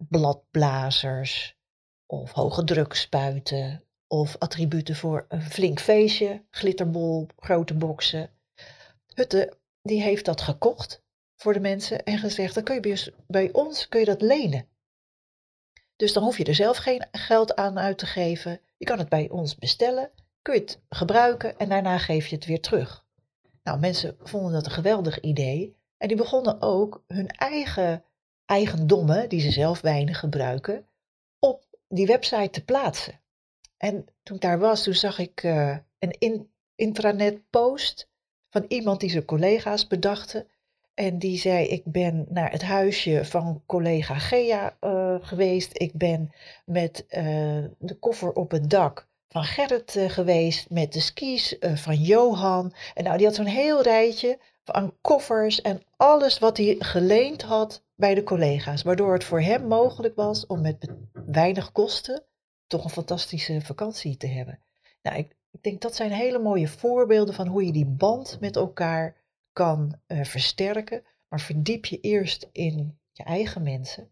bladblazers of hoge drukspuiten of attributen voor een flink feestje, glitterbol, grote boksen. Hutte die heeft dat gekocht voor de mensen en gezegd, dan kun je bij ons kun je dat lenen. Dus dan hoef je er zelf geen geld aan uit te geven. Je kan het bij ons bestellen, kun je het gebruiken en daarna geef je het weer terug. Nou, mensen vonden dat een geweldig idee en die begonnen ook hun eigen eigendommen, die ze zelf weinig gebruiken, op die website te plaatsen. En toen ik daar was, toen zag ik een intranet post van iemand die zijn collega's bedachten. En die zei, ik ben naar het huisje van collega Gea geweest. Ik ben met de koffer op het dak van Gerrit geweest. Met de skis van Johan. En nou, die had zo'n heel rijtje aan koffers en alles wat hij geleend had bij de collega's. Waardoor het voor hem mogelijk was om met weinig kosten toch een fantastische vakantie te hebben. Nou, ik denk dat zijn hele mooie voorbeelden van hoe je die band met elkaar kan versterken. Maar verdiep je eerst in je eigen mensen.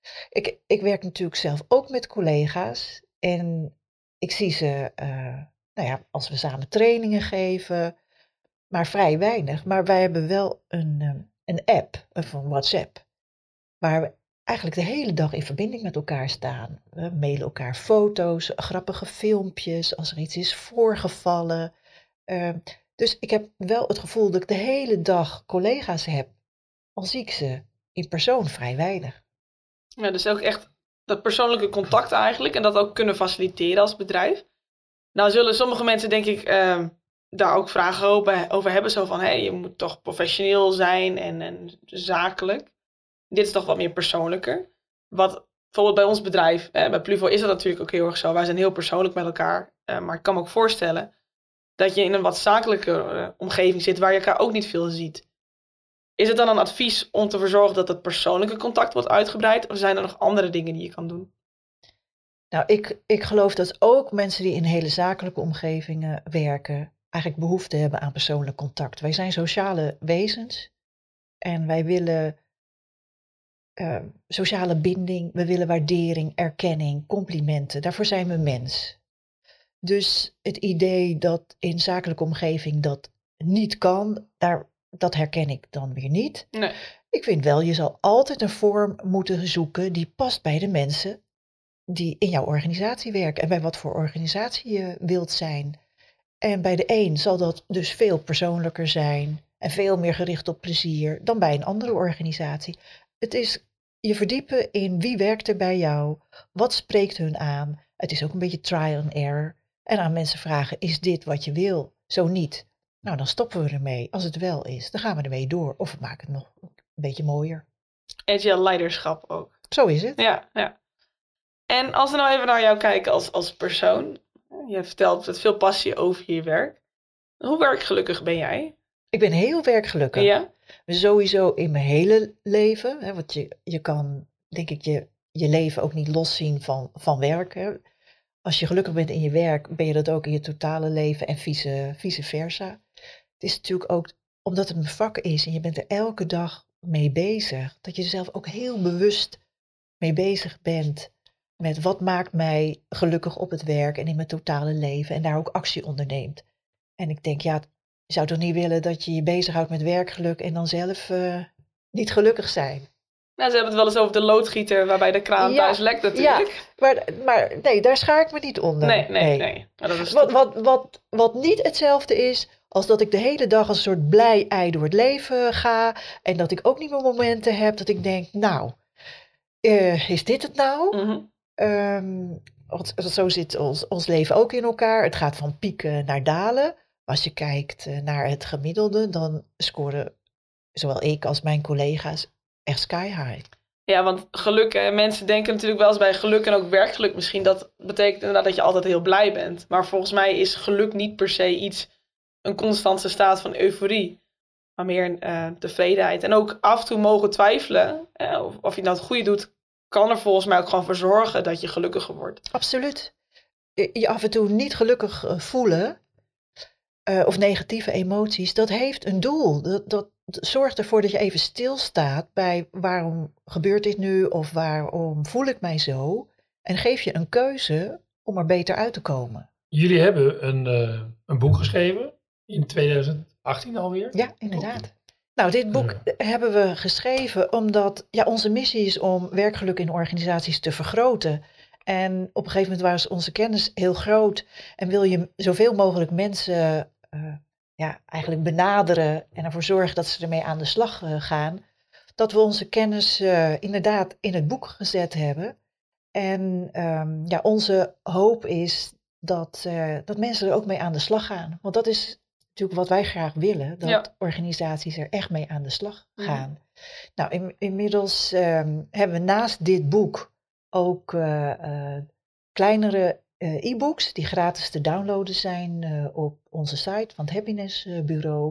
Ik werk natuurlijk zelf ook met collega's. En ik zie ze, als we samen trainingen geven, maar vrij weinig. Maar wij hebben wel een app, van WhatsApp, waar we eigenlijk de hele dag in verbinding met elkaar staan. We mailen elkaar foto's, grappige filmpjes, als er iets is voorgevallen. Dus ik heb wel het gevoel dat ik de hele dag collega's heb, al zie ik ze in persoon vrij weinig. Ja, dus ook echt dat persoonlijke contact eigenlijk en dat ook kunnen faciliteren als bedrijf. Nou zullen sommige mensen denk ik daar ook vragen over hebben, zo van je moet toch professioneel zijn en zakelijk. Dit is toch wat meer persoonlijker. Wat bijvoorbeeld bij ons bedrijf, bij Pluvo is dat natuurlijk ook heel erg zo. Wij zijn heel persoonlijk met elkaar. Maar ik kan me ook voorstellen dat je in een wat zakelijke omgeving zit waar je elkaar ook niet veel ziet. Is het dan een advies om te verzorgen dat het persoonlijke contact wordt uitgebreid? Of zijn er nog andere dingen die je kan doen? Nou, ik geloof dat ook mensen die in hele zakelijke omgevingen werken eigenlijk behoefte hebben aan persoonlijk contact. Wij zijn sociale wezens en wij willen sociale binding, we willen waardering, erkenning, complimenten. Daarvoor zijn we mens. Dus het idee dat in zakelijke omgeving dat niet kan, dat herken ik dan weer niet. Nee. Ik vind wel, je zal altijd een vorm moeten zoeken die past bij de mensen die in jouw organisatie werken en bij wat voor organisatie je wilt zijn. En bij de een zal dat dus veel persoonlijker zijn en veel meer gericht op plezier dan bij een andere organisatie. Het is je verdiepen in wie werkt er bij jou, wat spreekt hun aan. Het is ook een beetje trial and error. En aan mensen vragen, is dit wat je wil? Zo niet. Nou, dan stoppen we ermee. Als het wel is, dan gaan we ermee door. Of we maken het nog een beetje mooier. Agile leiderschap ook. Zo is het. Ja. En als we nou even naar jou kijken als persoon. Je vertelt met veel passie over je werk. Hoe werkgelukkig ben jij? Ik ben heel werkgelukkig. Ja? Sowieso in mijn hele leven. Hè, want je kan, denk ik, je leven ook niet loszien van werk. Hè. Als je gelukkig bent in je werk, ben je dat ook in je totale leven en vice versa. Het is natuurlijk ook, omdat het mijn vak is en je bent er elke dag mee bezig, dat je er zelf ook heel bewust mee bezig bent met wat maakt mij gelukkig op het werk en in mijn totale leven en daar ook actie onderneemt. En ik denk, je zou toch niet willen dat je je bezighoudt met werkgeluk en dan zelf niet gelukkig zijn. Nou, ze hebben het wel eens over de loodgieter waarbij de kraan thuis lekt natuurlijk. Ja, maar nee, daar schaar ik me niet onder. Nee. Maar dat is wat niet hetzelfde is als dat ik de hele dag als een soort blij ei door het leven ga. En dat ik ook niet meer momenten heb dat ik denk, nou, is dit het nou? Mm-hmm. zo zit ons leven ook in elkaar. Het gaat van pieken naar dalen. Als je kijkt naar het gemiddelde, dan scoren zowel ik als mijn collega's echt sky high. Ja, want geluk, mensen denken natuurlijk wel eens bij geluk en ook werkgeluk misschien, dat betekent inderdaad dat je altijd heel blij bent. Maar volgens mij is geluk niet per se een constante staat van euforie, maar meer tevredenheid. En ook af en toe mogen twijfelen, of je nou het goede doet, kan er volgens mij ook gewoon voor zorgen dat je gelukkiger wordt. Absoluut. Je af en toe niet gelukkig voelen, of negatieve emoties, dat heeft een doel. Dat zorgt ervoor dat je even stilstaat bij waarom gebeurt dit nu of waarom voel ik mij zo. En geef je een keuze om er beter uit te komen. Jullie hebben een boek geschreven in 2018 alweer. Ja, inderdaad. Nou, dit boek hebben we geschreven omdat onze missie is om werkgeluk in organisaties te vergroten. En op een gegeven moment was onze kennis heel groot en wil je zoveel mogelijk mensen eigenlijk benaderen en ervoor zorgen dat ze ermee aan de slag gaan, dat we onze kennis inderdaad in het boek gezet hebben. En onze hoop is dat mensen er ook mee aan de slag gaan. Want dat is natuurlijk wat wij graag willen, dat organisaties er echt mee aan de slag gaan. Mm. Nou, inmiddels hebben we naast dit boek ook kleinere e-books die gratis te downloaden zijn op onze site van het Happiness Bureau.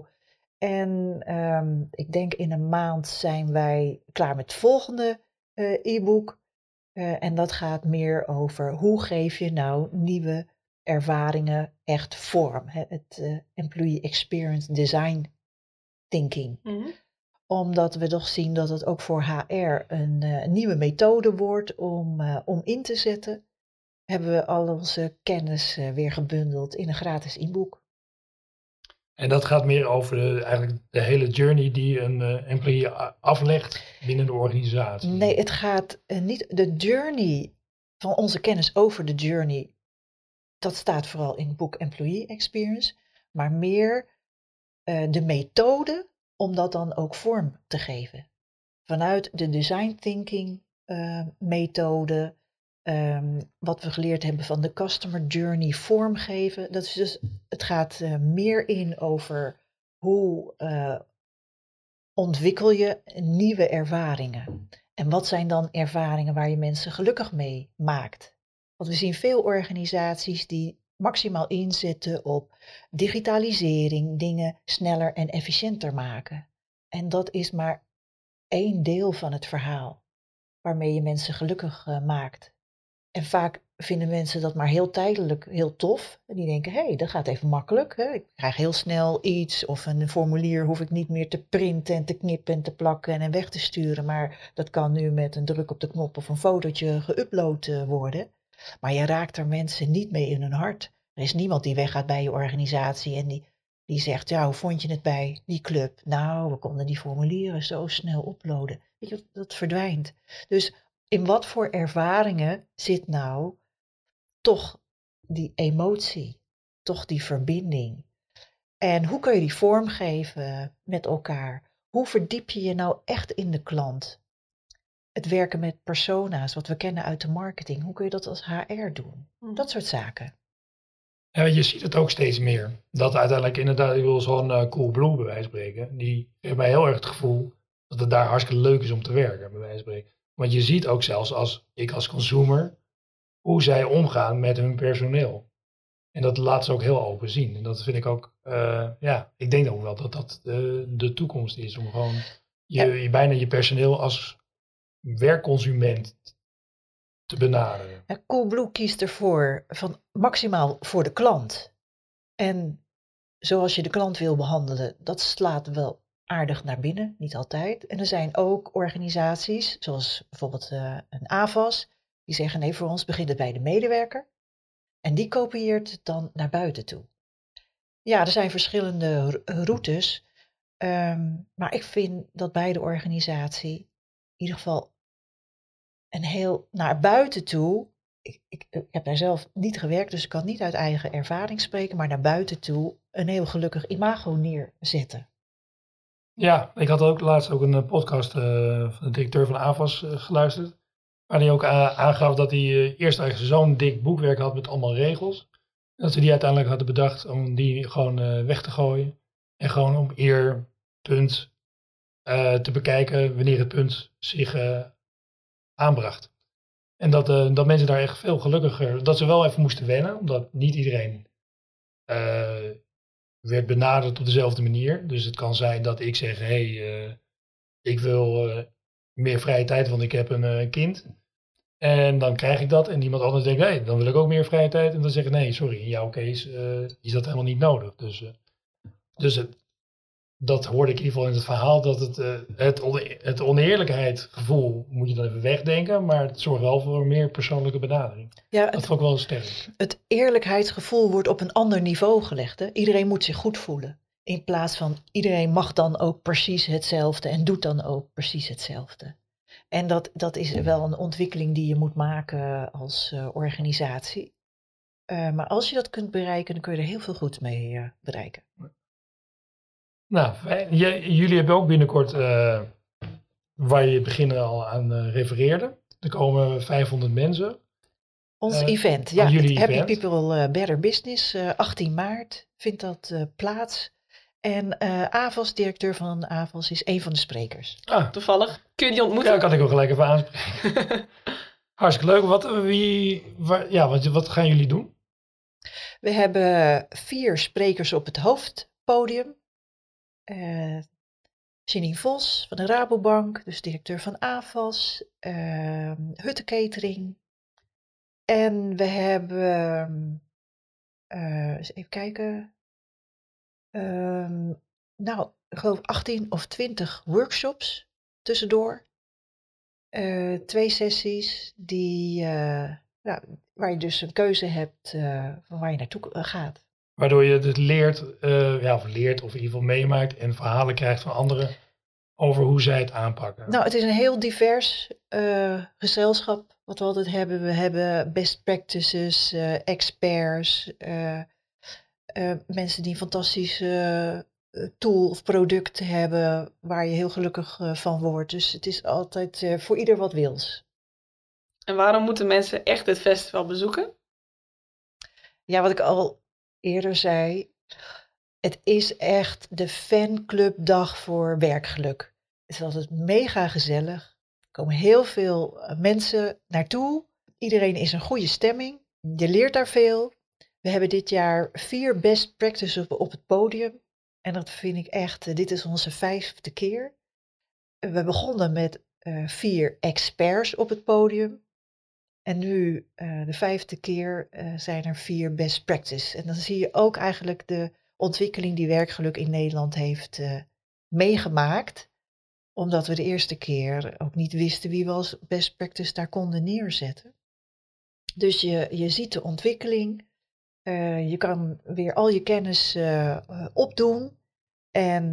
En ik denk in een maand zijn wij klaar met het volgende e-book. En dat gaat meer over hoe geef je nou nieuwe ervaringen echt vorm. Het Employee Experience Design Thinking. Mm-hmm. Omdat we toch zien dat het ook voor HR een nieuwe methode wordt om in te zetten, hebben we al onze kennis weer gebundeld in een gratis e-book. En dat gaat meer over eigenlijk de hele journey die een employee aflegt binnen de organisatie. Nee, het gaat niet de journey van onze kennis over de journey. Dat staat vooral in het boek Employee Experience. Maar meer de methode om dat dan ook vorm te geven. Vanuit de design thinking methode. Wat we geleerd hebben van de customer journey vormgeven. Dat is dus, het gaat meer in over hoe ontwikkel je nieuwe ervaringen. En wat zijn dan ervaringen waar je mensen gelukkig mee maakt. Want we zien veel organisaties die maximaal inzetten op digitalisering, dingen sneller en efficiënter maken. En dat is maar één deel van het verhaal waarmee je mensen gelukkig maakt. En vaak vinden mensen dat maar heel tijdelijk heel tof. En die denken, dat gaat even makkelijk. Hè? Ik krijg heel snel iets of een formulier hoef ik niet meer te printen en te knippen en te plakken en weg te sturen. Maar dat kan nu met een druk op de knop of een fotootje geüpload worden. Maar je raakt er mensen niet mee in hun hart. Er is niemand die weggaat bij je organisatie en die zegt, hoe vond je het bij die club? Nou, we konden die formulieren zo snel uploaden. Weet je, dat verdwijnt. Dus in wat voor ervaringen zit nou toch die emotie, toch die verbinding? En hoe kun je die vormgeven met elkaar? Hoe verdiep je je nou echt in de klant? Het werken met persona's, wat we kennen uit de marketing. Hoe kun je dat als HR doen? Dat soort zaken. Ja, je ziet het ook steeds meer. Dat uiteindelijk inderdaad, ik wil zo'n Coolblue bij wijze van spreken. Die geeft mij heel erg het gevoel dat het daar hartstikke leuk is om te werken, bij wijze van spreken. Want je ziet ook zelfs als consumer hoe zij omgaan met hun personeel. En dat laat ze ook heel open zien. En dat vind ik ook, ik denk ook wel dat dat de toekomst is. Om gewoon bijna je personeel als werkconsument te benaderen. Coolblue kiest ervoor van maximaal voor de klant. En zoals je de klant wil behandelen, dat slaat wel aardig naar binnen, niet altijd. En er zijn ook organisaties, zoals bijvoorbeeld een AVAS, die zeggen nee, voor ons begint het bij de medewerker. En die kopieert het dan naar buiten toe. Ja, er zijn verschillende routes. Maar ik vind dat bij de organisatie in ieder geval een heel naar buiten toe. Ik heb daar zelf niet gewerkt, dus ik kan niet uit eigen ervaring spreken, maar naar buiten toe een heel gelukkig imago neerzetten. Ja, ik had ook laatst een podcast van de directeur van AVAS geluisterd. Waar hij ook aangaf dat hij eerst eigenlijk zo'n dik boekwerk had met allemaal regels. Dat ze die uiteindelijk hadden bedacht om die gewoon weg te gooien. En gewoon om ieder punt te bekijken wanneer het punt zich aanbracht. En dat mensen daar echt veel gelukkiger, dat ze wel even moesten wennen, omdat niet iedereen werd benaderd op dezelfde manier. Dus het kan zijn dat ik zeg, ik wil meer vrije tijd, want ik heb een kind. En dan krijg ik dat en iemand anders denkt, dan wil ik ook meer vrije tijd. En dan zeggen, nee, sorry, in jouw case is dat helemaal niet nodig. Dus dat hoorde ik in ieder geval in het verhaal, dat het oneerlijkheidsgevoel moet je dan even wegdenken, maar het zorgt wel voor meer persoonlijke benadering. Ja, Dat vond ik wel sterk. Het eerlijkheidsgevoel wordt op een ander niveau gelegd. Hè? Iedereen moet zich goed voelen. In plaats van iedereen mag dan ook precies hetzelfde en doet dan ook precies hetzelfde. En dat is wel een ontwikkeling die je moet maken als organisatie. Maar als je dat kunt bereiken, dan kun je er heel veel goeds mee bereiken. Nou, jullie hebben ook binnenkort, waar je in het begin al aan refereerde, er komen 500 mensen. Ons event, ja, jullie Happy event. People Better Business, 18 maart vindt dat plaats. En AVAS, directeur van AVAS, is een van de sprekers. Toevallig. Kun je die ontmoeten? Ja, kan ik ook gelijk even aanspreken. Hartstikke leuk. Wat gaan jullie doen? We hebben 4 sprekers op het hoofdpodium. Janine Vos van de Rabobank, dus directeur van AVAS. Hutte Catering. En we hebben, eens even kijken, ik geloof 18 of 20 workshops tussendoor. 2 sessies waar je dus een keuze hebt van waar je naartoe gaat. Waardoor je het leert of in ieder geval meemaakt en verhalen krijgt van anderen over hoe zij het aanpakken. Nou, het is een heel divers gezelschap wat we altijd hebben. We hebben best practices, experts, mensen die een fantastische tool of product hebben waar je heel gelukkig van wordt. Dus het is altijd voor ieder wat wils. En waarom moeten mensen echt het festival bezoeken? Ja, wat ik al eerder zei, het is echt de fanclubdag voor werkgeluk. Het is altijd mega gezellig. Er komen heel veel mensen naartoe. Iedereen is in goede stemming. Je leert daar veel. We hebben dit jaar 4 best practices op het podium. En dat vind ik echt, dit is onze 5e keer. We begonnen met 4 experts op het podium. En nu, de 5e keer, zijn er 4 best practices. En dan zie je ook eigenlijk de ontwikkeling die werkgeluk in Nederland heeft meegemaakt. Omdat we de eerste keer ook niet wisten wie we als best practice daar konden neerzetten. Dus je ziet de ontwikkeling. Je kan weer al je kennis opdoen. En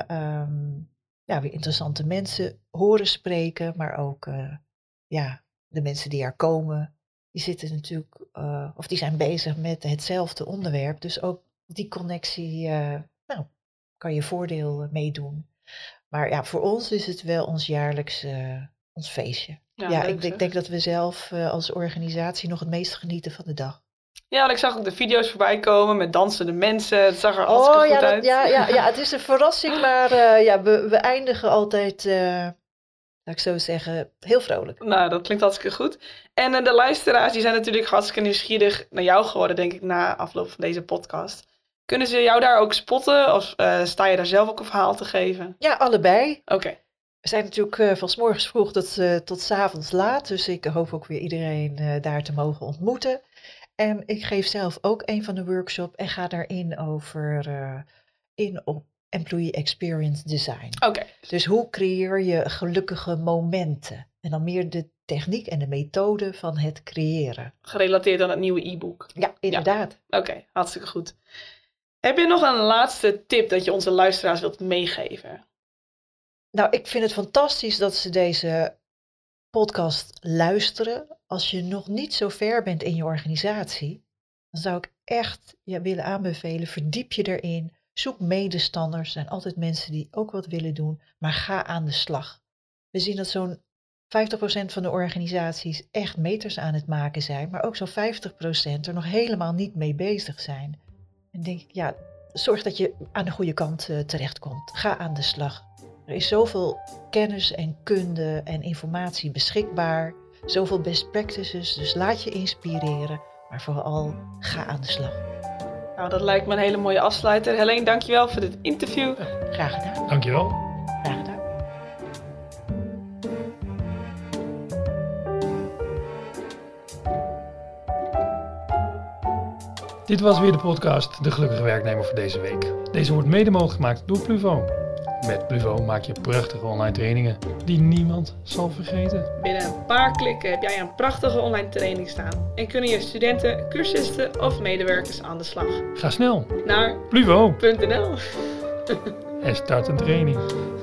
weer interessante mensen horen spreken. Maar ook de mensen die er komen, die zitten natuurlijk, of die zijn bezig met hetzelfde onderwerp. Dus ook die connectie, kan je voordeel meedoen. Maar ja, voor ons is het wel ons jaarlijks ons feestje. Ja, ik denk dat we zelf als organisatie nog het meest genieten van de dag. Ja, ik zag ook de video's voorbij komen met dansende mensen. Het zag er hartstikke goed uit. Ja, het is een verrassing, maar we eindigen altijd, laat ik zo zeggen, heel vrolijk. Nou, dat klinkt hartstikke goed. En de luisteraars die zijn natuurlijk hartstikke nieuwsgierig naar jou geworden, denk ik, na afloop van deze podcast. Kunnen ze jou daar ook spotten of sta je daar zelf ook een verhaal te geven? Ja, allebei. Oké. We zijn natuurlijk van 's morgens vroeg tot 's avonds laat. Dus ik hoop ook weer iedereen daar te mogen ontmoeten. En ik geef zelf ook een van de workshops en ga daarin op Employee Experience Design. Oké. Dus hoe creëer je gelukkige momenten? En dan meer de techniek en de methode van het creëren. Gerelateerd aan het nieuwe e-book. Ja, inderdaad. Ja. Oké, hartstikke goed. Heb je nog een laatste tip dat je onze luisteraars wilt meegeven? Nou, ik vind het fantastisch dat ze deze podcast luisteren. Als je nog niet zo ver bent in je organisatie, dan zou ik echt je willen aanbevelen, verdiep je erin. Zoek medestanders. Er zijn altijd mensen die ook wat willen doen, maar ga aan de slag. We zien dat zo'n 50% van de organisaties echt meters aan het maken zijn, maar ook zo'n 50% er nog helemaal niet mee bezig zijn. En denk ik, ja, zorg dat je aan de goede kant terechtkomt. Ga aan de slag. Er is zoveel kennis en kunde en informatie beschikbaar, zoveel best practices, dus laat je inspireren, maar vooral ga aan de slag. Nou, dat lijkt me een hele mooie afsluiter. Helene, dankjewel voor dit interview. Graag gedaan. Dankjewel. Graag gedaan. Dit was weer de podcast De Gelukkige Werknemer voor deze week. Deze wordt mede mogelijk gemaakt door Pluvo. Met Pluvo maak je prachtige online trainingen die niemand zal vergeten. Binnen een paar klikken heb jij een prachtige online training staan. En kunnen je studenten, cursisten of medewerkers aan de slag. Ga snel Naar Pluvo .nl. en start een training.